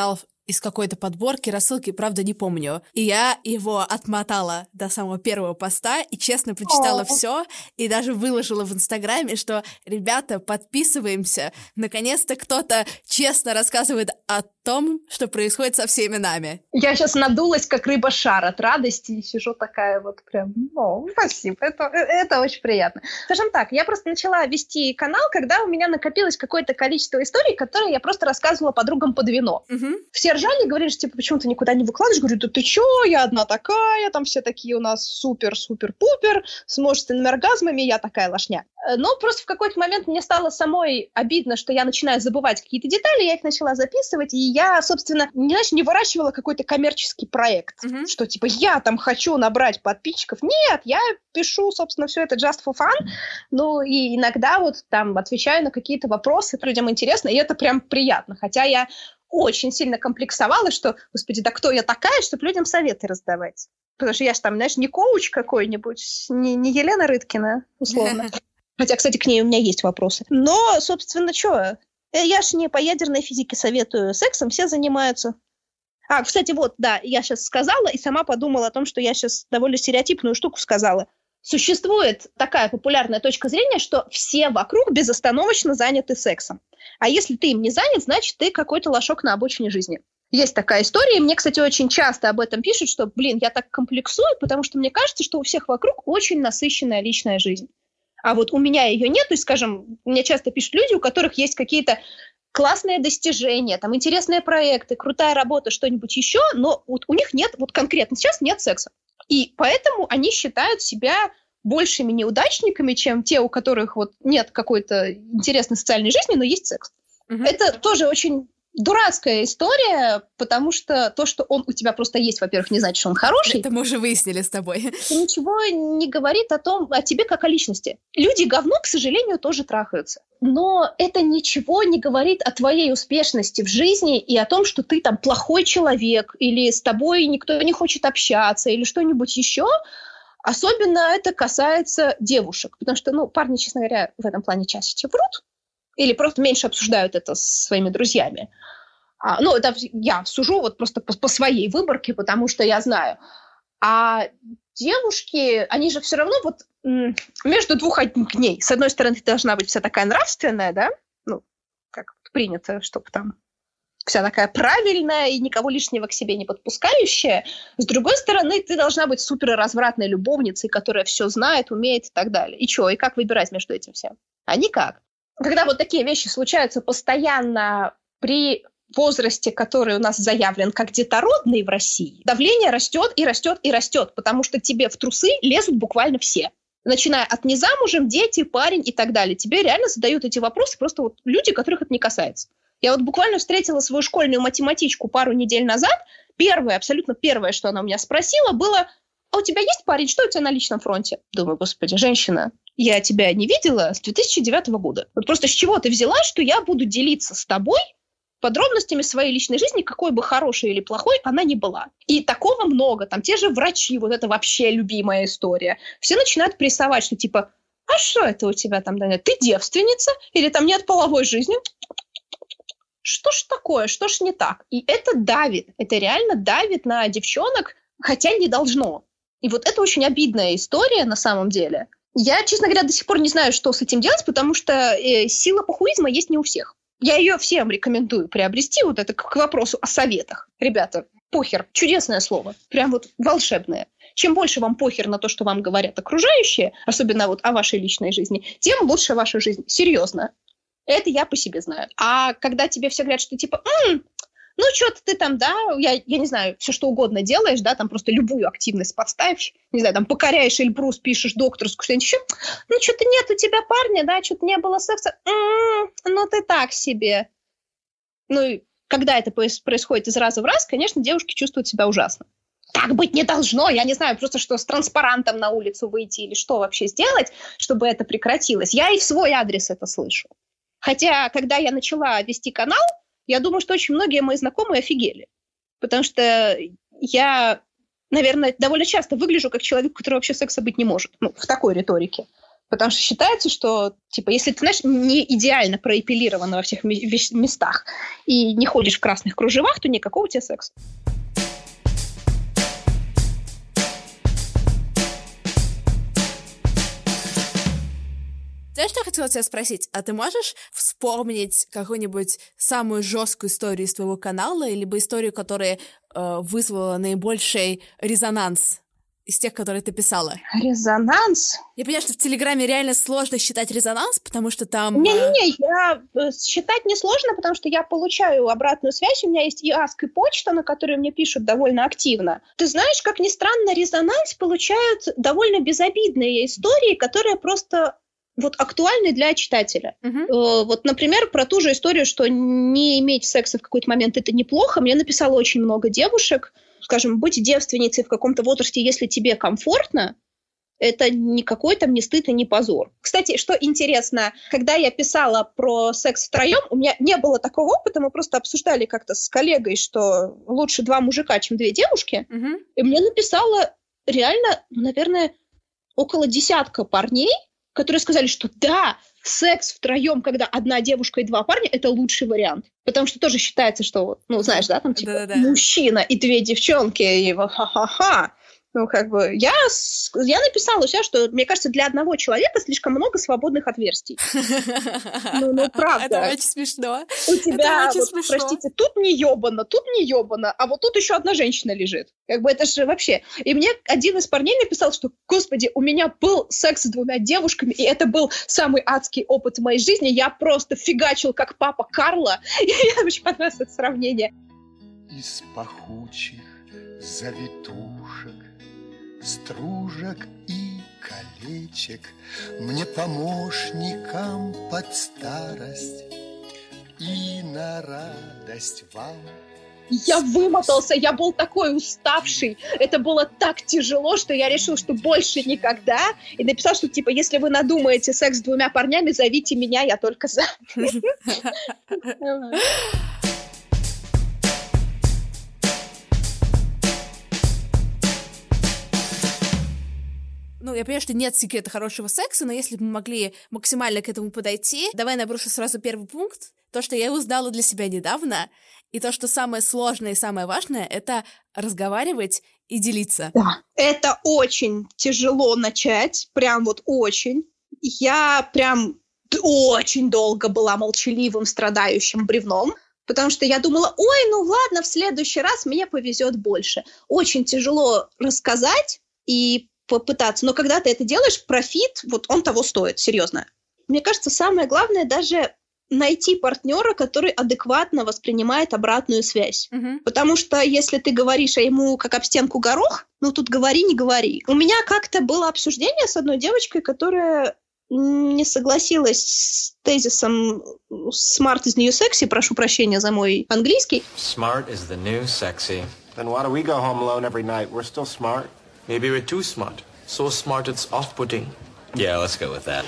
из какой-то подборки, рассылки, правда, не помню. И я его отмотала до самого первого поста и честно прочитала все, и даже выложила в Инстаграме, что, ребята, подписываемся. Наконец-то кто-то честно рассказывает о том, что происходит со всеми нами. Я сейчас надулась, как рыба-шар от радости, и сижу такая вот прям, ну, спасибо, это, это очень приятно. Скажем так, я просто начала вести канал, когда у меня накопилось какое-то количество историй, которые я просто рассказывала подругам под вино. Угу. Все ржали, говорили, что, типа, почему ты никуда не выкладываешь? Говорю, да ты чё, я одна такая, там все такие у нас супер-супер-пупер, с множественными оргазмами, я такая лошня. Но просто в какой-то момент мне стало самой обидно, что я начинаю забывать какие-то детали, я их начала записывать, и я, собственно, не, знаешь, не выращивала какой-то коммерческий проект, mm-hmm. что, типа, я там хочу набрать подписчиков. Нет, я пишу, собственно, все это just for fun, ну, и иногда вот там отвечаю на какие-то вопросы, людям интересно, и это прям приятно, хотя я очень сильно комплексовала, что, господи, да кто я такая, чтобы людям советы раздавать? Потому что я же там, знаешь, не коуч какой-нибудь, не, не Елена Рыткина, условно. Хотя, кстати, к ней у меня есть вопросы. Но, собственно, что? Я ж не по ядерной физике советую. Сексом все занимаются. А, кстати, вот, да, я сейчас сказала и сама подумала о том, что я сейчас довольно стереотипную штуку сказала. Существует такая популярная точка зрения, что все вокруг безостановочно заняты сексом. А если ты им не занят, значит, ты какой-то лошок на обочине жизни. Есть такая история, и мне, кстати, очень часто об этом пишут, что, блин, я так комплексую, потому что мне кажется, что у всех вокруг очень насыщенная личная жизнь. А вот у меня ее нет, то есть, скажем, мне часто пишут люди, у которых есть какие-то классные достижения, там, интересные проекты, крутая работа, что-нибудь еще, но вот у них нет, вот конкретно сейчас нет секса. И поэтому они считают себя большими неудачниками, чем те, у которых вот нет какой-то интересной социальной жизни, но есть секс. Угу. Это тоже очень дурацкая история, потому что то, что он у тебя просто есть, во-первых, не значит, что он хороший. Это мы уже выяснили с тобой. И ничего не говорит о том, о тебе как о личности. Люди говно, к сожалению, тоже трахаются. Но это ничего не говорит о твоей успешности в жизни и о том, что ты там плохой человек, или с тобой никто не хочет общаться, или что-нибудь еще. Особенно это касается девушек, потому что, ну, парни, честно говоря, в этом плане чаще врут. Или просто меньше обсуждают это с своими друзьями. А, ну, это я сужу вот просто по, по своей выборке, потому что я знаю. А девушки, они же все равно вот м- между двух огней. С одной стороны, ты должна быть вся такая нравственная, да? Ну, как принято, чтобы там вся такая правильная и никого лишнего к себе не подпускающая. С другой стороны, ты должна быть суперразвратной любовницей, которая все знает, умеет и так далее. И что, и как выбирать между этим всем? А никак. Когда вот такие вещи случаются постоянно при возрасте, который у нас заявлен как детородный в России, давление растет и растет и растет, потому что тебе в трусы лезут буквально все. Начиная от незамужем, дети, парень и так далее. Тебе реально задают эти вопросы просто вот люди, которых это не касается. Я вот буквально встретила свою школьную математичку пару недель назад. Первое, абсолютно первое, что она у меня спросила, было: а у тебя есть парень? Что у тебя на личном фронте? Думаю, господи, женщина, я тебя не видела с две тысячи девятого года. Вот просто с чего ты взяла, что я буду делиться с тобой подробностями своей личной жизни, какой бы хорошей или плохой она ни была. И такого много. Там те же врачи, вот это вообще любимая история. Все начинают прессовать, что типа, а что это у тебя там, Даня? Ты девственница? Или там нет половой жизни? Что ж такое? Что ж не так? И это давит. Это реально давит на девчонок, хотя не должно. И вот это очень обидная история на самом деле. Я, честно говоря, до сих пор не знаю, что с этим делать, потому что э, сила похуизма есть не у всех. Я ее всем рекомендую приобрести, вот это к вопросу о советах. Ребята, похер, чудесное слово, прям вот волшебное. Чем больше вам похер на то, что вам говорят окружающие, особенно вот о вашей личной жизни, тем лучше ваша жизнь. Серьезно. Это я по себе знаю. А когда тебе все говорят, что типа, м-м, ну, что-то ты там, да, я, я не знаю, все что угодно делаешь, да, там просто любую активность подставь, не знаю, там покоряешь Эльбрус, пишешь докторскую, что-нибудь еще, ну, что-то нет у тебя парня, да, что-то не было секса, м-м, ну, ты так себе. Ну, и когда это происходит из раза в раз, конечно, девушки чувствуют себя ужасно. Так быть не должно, я не знаю, просто что с транспарантом на улицу выйти или что вообще сделать, чтобы это прекратилось. Я и в свой адрес это слышу. Хотя, когда я начала вести канал, я думаю, что очень многие мои знакомые офигели. Потому что я, наверное, довольно часто выгляжу как человек, у которого вообще секса быть не может. Ну, в такой риторике. Потому что считается, что, типа, если ты, знаешь, не идеально проэпилирован во всех местах и не ходишь в красных кружевах, то никакого у тебя секса. Знаешь, что я хотела тебя спросить? А ты можешь вспомнить какую-нибудь самую жесткую историю из твоего канала, либо историю, которая э, вызвала наибольший резонанс из тех, которые ты писала? Резонанс? Я понимаю, что в Телеграме реально сложно считать резонанс, потому что там... Не-не-не, я... считать несложно, потому что я получаю обратную связь. У меня есть и Аск, и почта, на которые мне пишут довольно активно. Ты знаешь, как ни странно, резонанс получают довольно безобидные истории, которые просто... вот актуальный для читателя. Uh-huh. Вот, например, про ту же историю, что не иметь секса в какой-то момент – это неплохо. Мне написало очень много девушек. Скажем, быть девственницей в каком-то возрасте, если тебе комфортно, это никакой там не стыд и не позор. Кстати, что интересно, когда я писала про секс втроем, у меня не было такого опыта, мы просто обсуждали как-то с коллегой, что лучше два мужика, чем две девушки. Uh-huh. И мне написало реально, наверное, около десятка парней, которые сказали, что да, секс втроем, когда одна девушка и два парня, это лучший вариант. Потому что тоже считается, что, ну, знаешь, да, там типа Да-да-да. мужчина и две девчонки, и ха-ха-ха. Ну, как бы, я, я написала у себя, что, мне кажется, для одного человека слишком много свободных отверстий. Ну, ну, правда. Это очень смешно. У тебя, вот, простите, тут не ёбано, тут не ёбано, а вот тут еще одна женщина лежит. Как бы это же вообще... И мне один из парней написал, что, господи, у меня был секс с двумя девушками, и это был самый адский опыт в моей жизни. Я просто фигачил, как папа Карла. И мне очень понравилось это сравнение. Из пахучих завитушек, стружек и колечек, мне помощникам под старость и на радость вам. Я вымотался, я был такой уставший. Это было так тяжело, что я решил, что больше никогда. И написал, что типа, если вы надумаете секс с двумя парнями, зовите меня, я только за. Ну, я понимаю, что нет секрета хорошего секса, но если бы мы могли максимально к этому подойти, давай наброшу сразу первый пункт. То, что я узнала для себя недавно, и то, что самое сложное и самое важное, это разговаривать и делиться. Да, это очень тяжело начать, прям вот очень. Я прям очень долго была молчаливым, страдающим бревном, потому что я думала, ой, ну ладно, в следующий раз мне повезет больше. Очень тяжело рассказать и попытаться. Но когда ты это делаешь, профит, вот он того стоит, серьезно. Мне кажется, самое главное даже найти партнера, который адекватно воспринимает обратную связь. Uh-huh. Потому что если ты говоришь, а ему как об стенку горох, ну тут говори, не говори. У меня как-то было обсуждение с одной девочкой, которая не согласилась с тезисом «smart is new sexy», прошу прощения за мой английский. Smart is the new sexy. Then why do we go home alone every night? We're still smart. Maybe we're too smart. So smart it's off-putting. Yeah, let's go with that.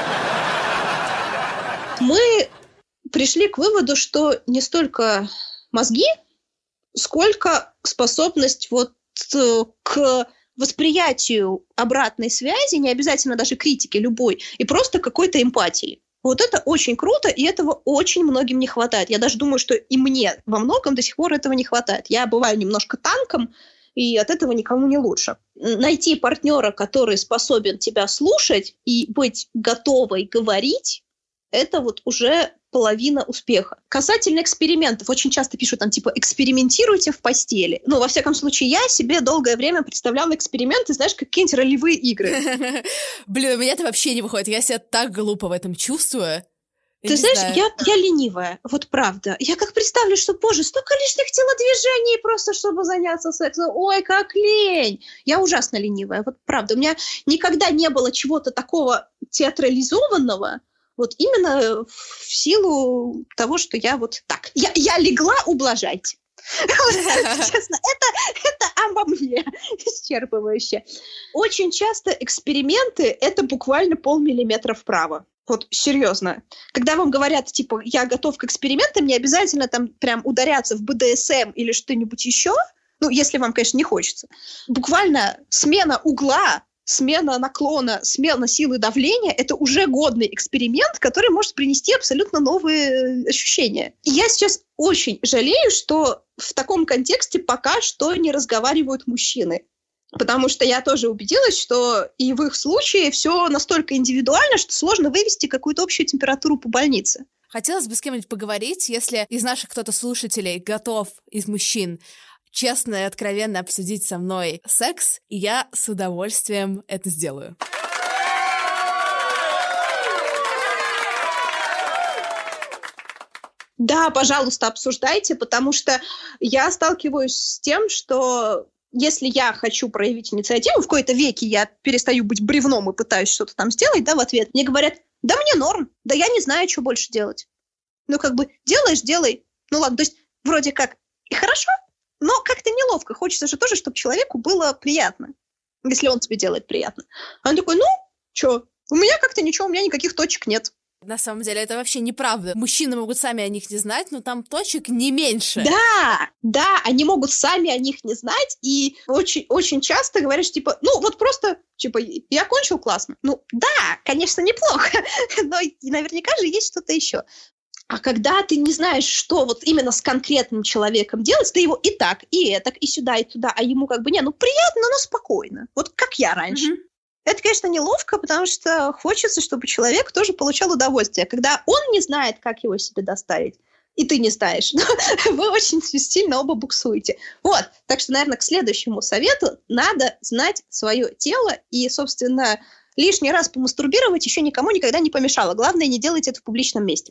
Мы пришли к выводу, что не столько мозги, сколько способность вот к восприятию обратной связи, не обязательно даже критики любой, и просто какой-то эмпатии. Вот это очень круто, и этого очень многим не хватает. Я даже думаю, что и мне во многом до сих пор этого не хватает. Я бываю немножко танком, и от этого никому не лучше. Найти партнера, который способен тебя слушать и быть готовой говорить, это вот уже половина успеха. Касательно экспериментов, очень часто пишут там типа «экспериментируйте в постели». Ну, во всяком случае, я себе долгое время представляла эксперименты, знаешь, как какие-нибудь ролевые игры. Блин, у меня это вообще не выходит. Я себя так глупо в этом чувствую. Я Ты знаешь, я, я ленивая, вот правда. Я как представлю, что, боже, столько лишних телодвижений просто, чтобы заняться сексом. Ой, как лень! Я ужасно ленивая, вот правда. У меня никогда не было чего-то такого театрализованного, вот именно в силу того, что я вот так. Я, я легла, ублажайте. Честно, это, это обо мне исчерпывающе. Очень часто эксперименты — это буквально полмиллиметра вправо. Вот, серьезно. Когда вам говорят, типа, я готов к экспериментам, не обязательно там прям ударяться в бэ дэ эс эм или что-нибудь еще, ну, если вам, конечно, не хочется. Буквально смена угла смена наклона, смена силы давления — это уже годный эксперимент, который может принести абсолютно новые ощущения. И я сейчас очень жалею, что в таком контексте пока что не разговаривают мужчины. Потому что я тоже убедилась, что и в их случае все настолько индивидуально, что сложно вывести какую-то общую температуру по больнице. Хотелось бы с кем-нибудь поговорить, если из наших кто-то слушателей готов, из мужчин, честно и откровенно обсудить со мной секс, и я с удовольствием это сделаю. Да, пожалуйста, обсуждайте, потому что я сталкиваюсь с тем, что если я хочу проявить инициативу, в кои-то веки я перестаю быть бревном и пытаюсь что-то там сделать, да, в ответ, мне говорят: да мне норм, да я не знаю, что больше делать. Ну, как бы, делаешь, делай. Ну, ладно, то есть вроде как и хорошо, но как-то неловко. Хочется же тоже, чтобы человеку было приятно, если он тебе делает приятно. А он такой: ну, чё, у меня как-то ничего, у меня никаких точек нет. На самом деле это вообще неправда. Мужчины могут сами о них не знать, но там точек не меньше. Да, да, они могут сами о них не знать, и очень, очень часто говоришь, типа, ну, вот просто, типа, я кончил классно. Ну, да, конечно, неплохо, но наверняка же есть что-то еще. А когда ты не знаешь, что вот именно с конкретным человеком делать, ты его и так, и этак, и сюда, и туда, а ему как бы, не, ну, приятно, но спокойно. Вот как я раньше. Mm-hmm. Это, конечно, неловко, потому что хочется, чтобы человек тоже получал удовольствие. Когда он не знает, как его себе доставить, и ты не знаешь, вы очень сильно оба буксуете. Вот, так что, наверное, к следующему совету надо знать свое тело и, собственно, лишний раз помастурбировать еще никому никогда не помешало. Главное, не делайте это в публичном месте.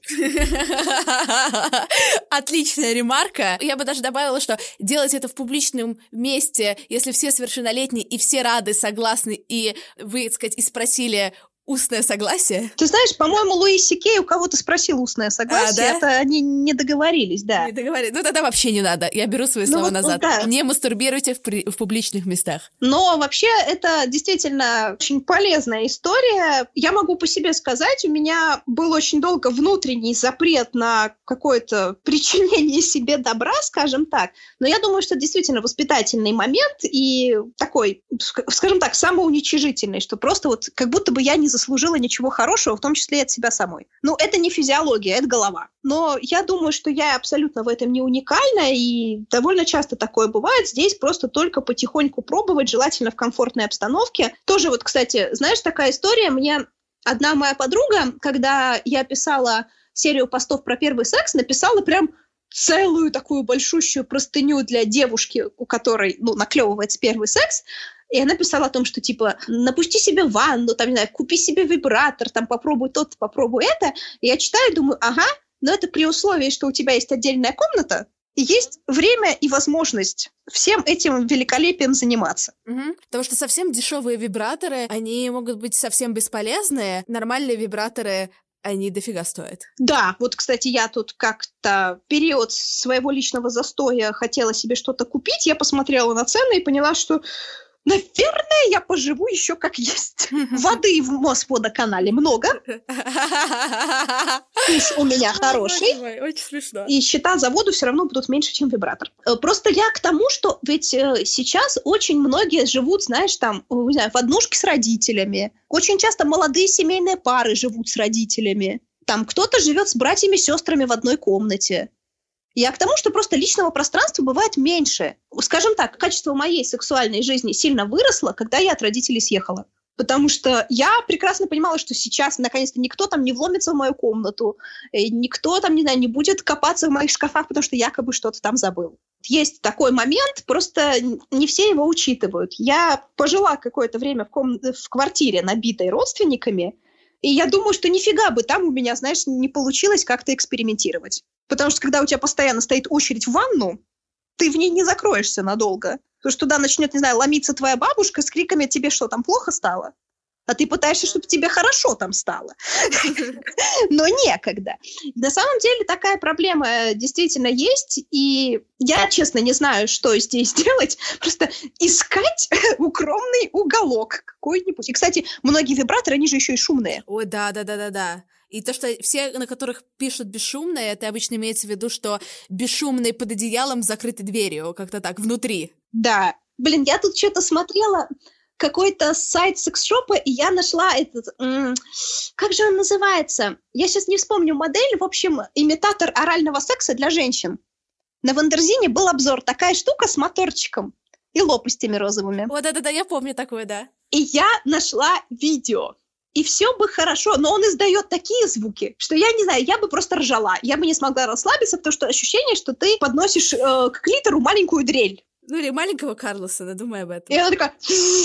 Отличная ремарка. Я бы даже добавила, что делать это в публичном месте, если все совершеннолетние и все рады, согласны, и вы, так сказать, и спросили устное согласие. Ты знаешь, по-моему, Луи Си Кей у кого-то спросил устное согласие. А, да? Это они не договорились, да. Не договорились. Ну, тогда вообще не надо. Я беру свои слова ну, вот, назад. Да. Не мастурбируйте в, при... в публичных местах. Но вообще это действительно очень полезная история. Я могу по себе сказать, у меня был очень долго внутренний запрет на какое-то причинение себе добра, скажем так. Но я думаю, что это действительно воспитательный момент и такой, скажем так, самоуничижительный, что просто вот как будто бы я не заслужила ничего хорошего, в том числе и от себя самой. Ну, это не физиология, это голова. Но я думаю, что я абсолютно в этом не уникальна, и довольно часто такое бывает. Здесь просто только потихоньку пробовать, желательно в комфортной обстановке. Тоже вот, кстати, знаешь, такая история. Мне одна моя подруга, когда я писала серию постов про первый секс, написала прям целую такую большущую простыню для девушки, у которой, ну, наклевывается первый секс. И она писала о том, что, типа, напусти себе ванну, там, не знаю, купи себе вибратор, там, попробуй то-то, попробуй это. И я читаю и думаю, ага, но это при условии, что у тебя есть отдельная комната, и есть время и возможность всем этим великолепием заниматься. Угу. Потому что совсем дешевые вибраторы, они могут быть совсем бесполезные. Нормальные вибраторы, они дофига стоят. Да, вот, кстати, я тут как-то период своего личного застоя хотела себе что-то купить, я посмотрела на цены и поняла, что... Наверное, я поживу еще как есть. Воды в Мосводоканале много. Вкус у меня хороший. Очень смешно. И счета за воду все равно будут меньше, чем вибратор. Просто я к тому, что ведь сейчас очень многие живут, знаешь, там, не знаю, в однушке с родителями. Очень часто молодые семейные пары живут с родителями. Там кто-то живет с братьями и сестрами в одной комнате. Я к тому, что просто личного пространства бывает меньше. Скажем так, качество моей сексуальной жизни сильно выросло, когда я от родителей съехала. Потому что я прекрасно понимала, что сейчас, наконец-то, никто там не вломится в мою комнату, никто там, не знаю, не будет копаться в моих шкафах, потому что якобы что-то там забыл. Есть такой момент, просто не все его учитывают. Я пожила какое-то время в, ком... в квартире, набитой родственниками, и я думаю, что нифига бы там у меня, знаешь, не получилось как-то экспериментировать. Потому что когда у тебя постоянно стоит очередь в ванну, ты в ней не закроешься надолго. Потому что туда начнет, не знаю, ломиться твоя бабушка с криками «тебе что, там плохо стало?» А ты пытаешься, чтобы тебе хорошо там стало. Но некогда. На самом деле такая проблема действительно есть, и я, честно, не знаю, что здесь делать. Просто искать укромный уголок какой-нибудь. И, кстати, многие вибраторы, они же еще и шумные. Ой, да-да-да-да-да. И то, что все, на которых пишут бесшумные, это обычно имеется в виду, что бесшумные под одеялом с закрытой дверью, как-то так, внутри. Да. Блин, я тут что-то смотрела... какой-то сайт секс-шопа, и я нашла этот... М- как же он называется? Я сейчас не вспомню модель. В общем, имитатор орального секса для женщин. На Вандерзине был обзор. Такая штука с моторчиком и лопастями розовыми. Вот да-да-да, я помню такое, да. И я нашла видео. И все бы хорошо, но он издает такие звуки, что я не знаю, я бы просто ржала. Я бы не смогла расслабиться, потому что ощущение, что ты подносишь э, к клитору маленькую дрель. Ну или маленького Карлосона, думай об этом. И она такая...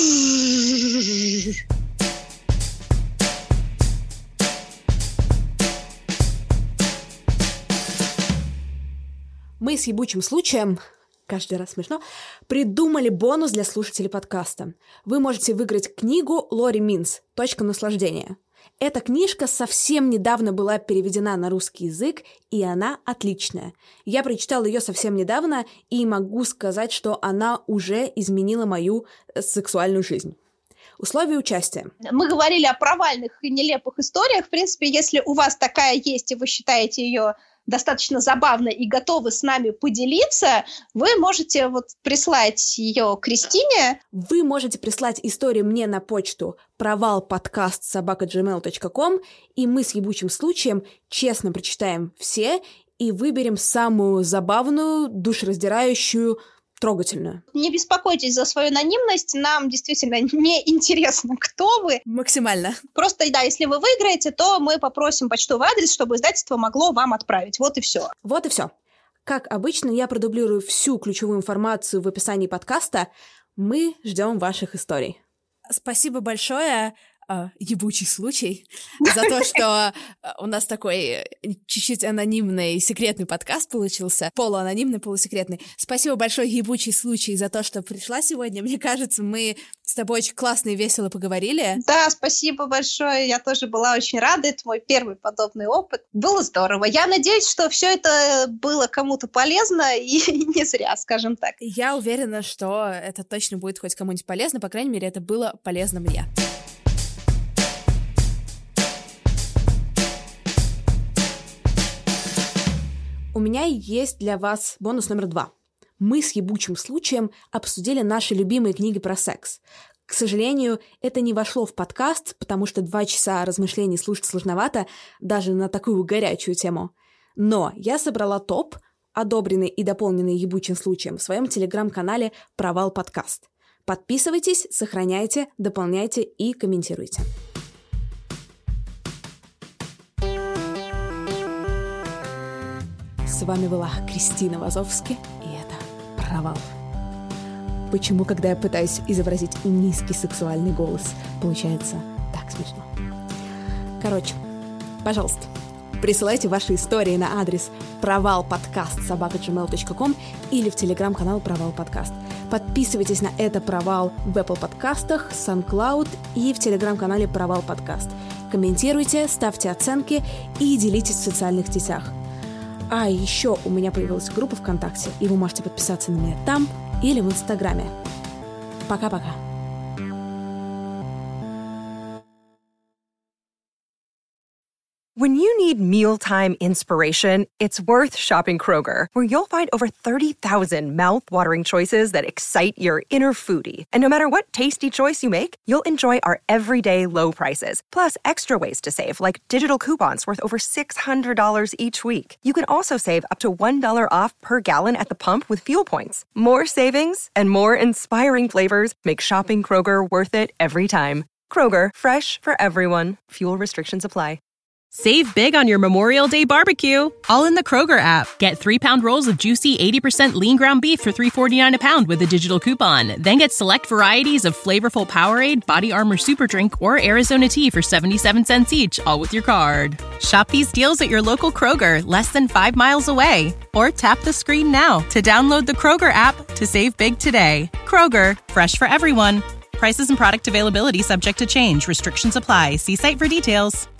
Мы с ебучим случаем, каждый раз смешно, придумали бонус для слушателей подкаста. Вы можете выиграть книгу Лори Минс «Точка наслаждения». Эта книжка совсем недавно была переведена на русский язык, и она отличная. Я прочитала ее совсем недавно, и могу сказать, что она уже изменила мою сексуальную жизнь. Условия участия. Мы говорили о провальных и нелепых историях. В принципе, если у вас такая есть, и вы считаете ее достаточно забавной и готовы с нами поделиться, вы можете вот прислать ее Кристине. Вы можете прислать историю мне на почту провалподкаст собака джи мейл точка ком, и мы с ебучим случаем честно прочитаем все и выберем самую забавную, душераздирающую, трогательную. Не беспокойтесь за свою анонимность, нам действительно не интересно, кто вы. Максимально. Просто, да, если вы выиграете, то мы попросим почтовый адрес, чтобы издательство могло вам отправить. Вот и все. Вот и все. Как обычно, я продублирую всю ключевую информацию в описании подкаста. Мы ждем ваших историй. Спасибо большое, ебучий случай, за то, что у нас такой чуть-чуть анонимный секретный подкаст получился, полуанонимный, полусекретный. Спасибо большое, ебучий случай, за то, что пришла сегодня. Мне кажется, мы с тобой очень классно и весело поговорили. Да, спасибо большое, я тоже была очень рада, это мой первый подобный опыт. Было здорово. Я надеюсь, что все это было кому-то полезно и не зря, скажем так. Я уверена, что это точно будет хоть кому-нибудь полезно, по крайней мере, это было полезно мне. У меня есть для вас бонус номер два. Мы с ебучим случаем обсудили наши любимые книги про секс. К сожалению, это не вошло в подкаст, потому что два часа размышлений слушать сложновато, даже на такую горячую тему. Но я собрала топ, одобренный и дополненный ебучим случаем, в своем телеграм-канале «Провал подкаст». Подписывайтесь, сохраняйте, дополняйте и комментируйте. С вами была Кристина Вазовски, и это «Провал». Почему, когда я пытаюсь изобразить низкий сексуальный голос, получается так смешно? Короче, пожалуйста, присылайте ваши истории на адрес провалподкаст собака джи мейл точка ком или в телеграм-канал «Провал подкаст». Подписывайтесь на «Это провал» в Apple подкастах, SoundCloud и в телеграм-канале «Провал подкаст». Комментируйте, ставьте оценки и делитесь в социальных сетях. А еще у меня появилась группа ВКонтакте, и вы можете подписаться на меня там или в Инстаграме. Пока-пока. When you need mealtime inspiration, it's worth shopping Kroger, where you'll find over thirty thousand mouth-watering choices that excite your inner foodie. And no matter what tasty choice you make, you'll enjoy our everyday low prices, plus extra ways to save, like digital coupons worth over six hundred dollars each week. You can also save up to one dollar off per gallon at the pump with fuel points. More savings and more inspiring flavors make shopping Kroger worth it every time. Kroger, fresh for everyone. Fuel restrictions apply. Save big on your Memorial Day barbecue, all in the Kroger app. Get three-pound rolls of juicy eighty percent lean ground beef for three forty-nine a pound with a digital coupon. Then get select varieties of flavorful Powerade, Body Armor Super Drink, or Arizona tea for seventy-seven cents each, all with your card. Shop these deals at your local Kroger, less than five miles away. Or tap the screen now to download the Kroger app to save big today. Kroger, fresh for everyone. Prices and product availability subject to change. Restrictions apply. See site for details.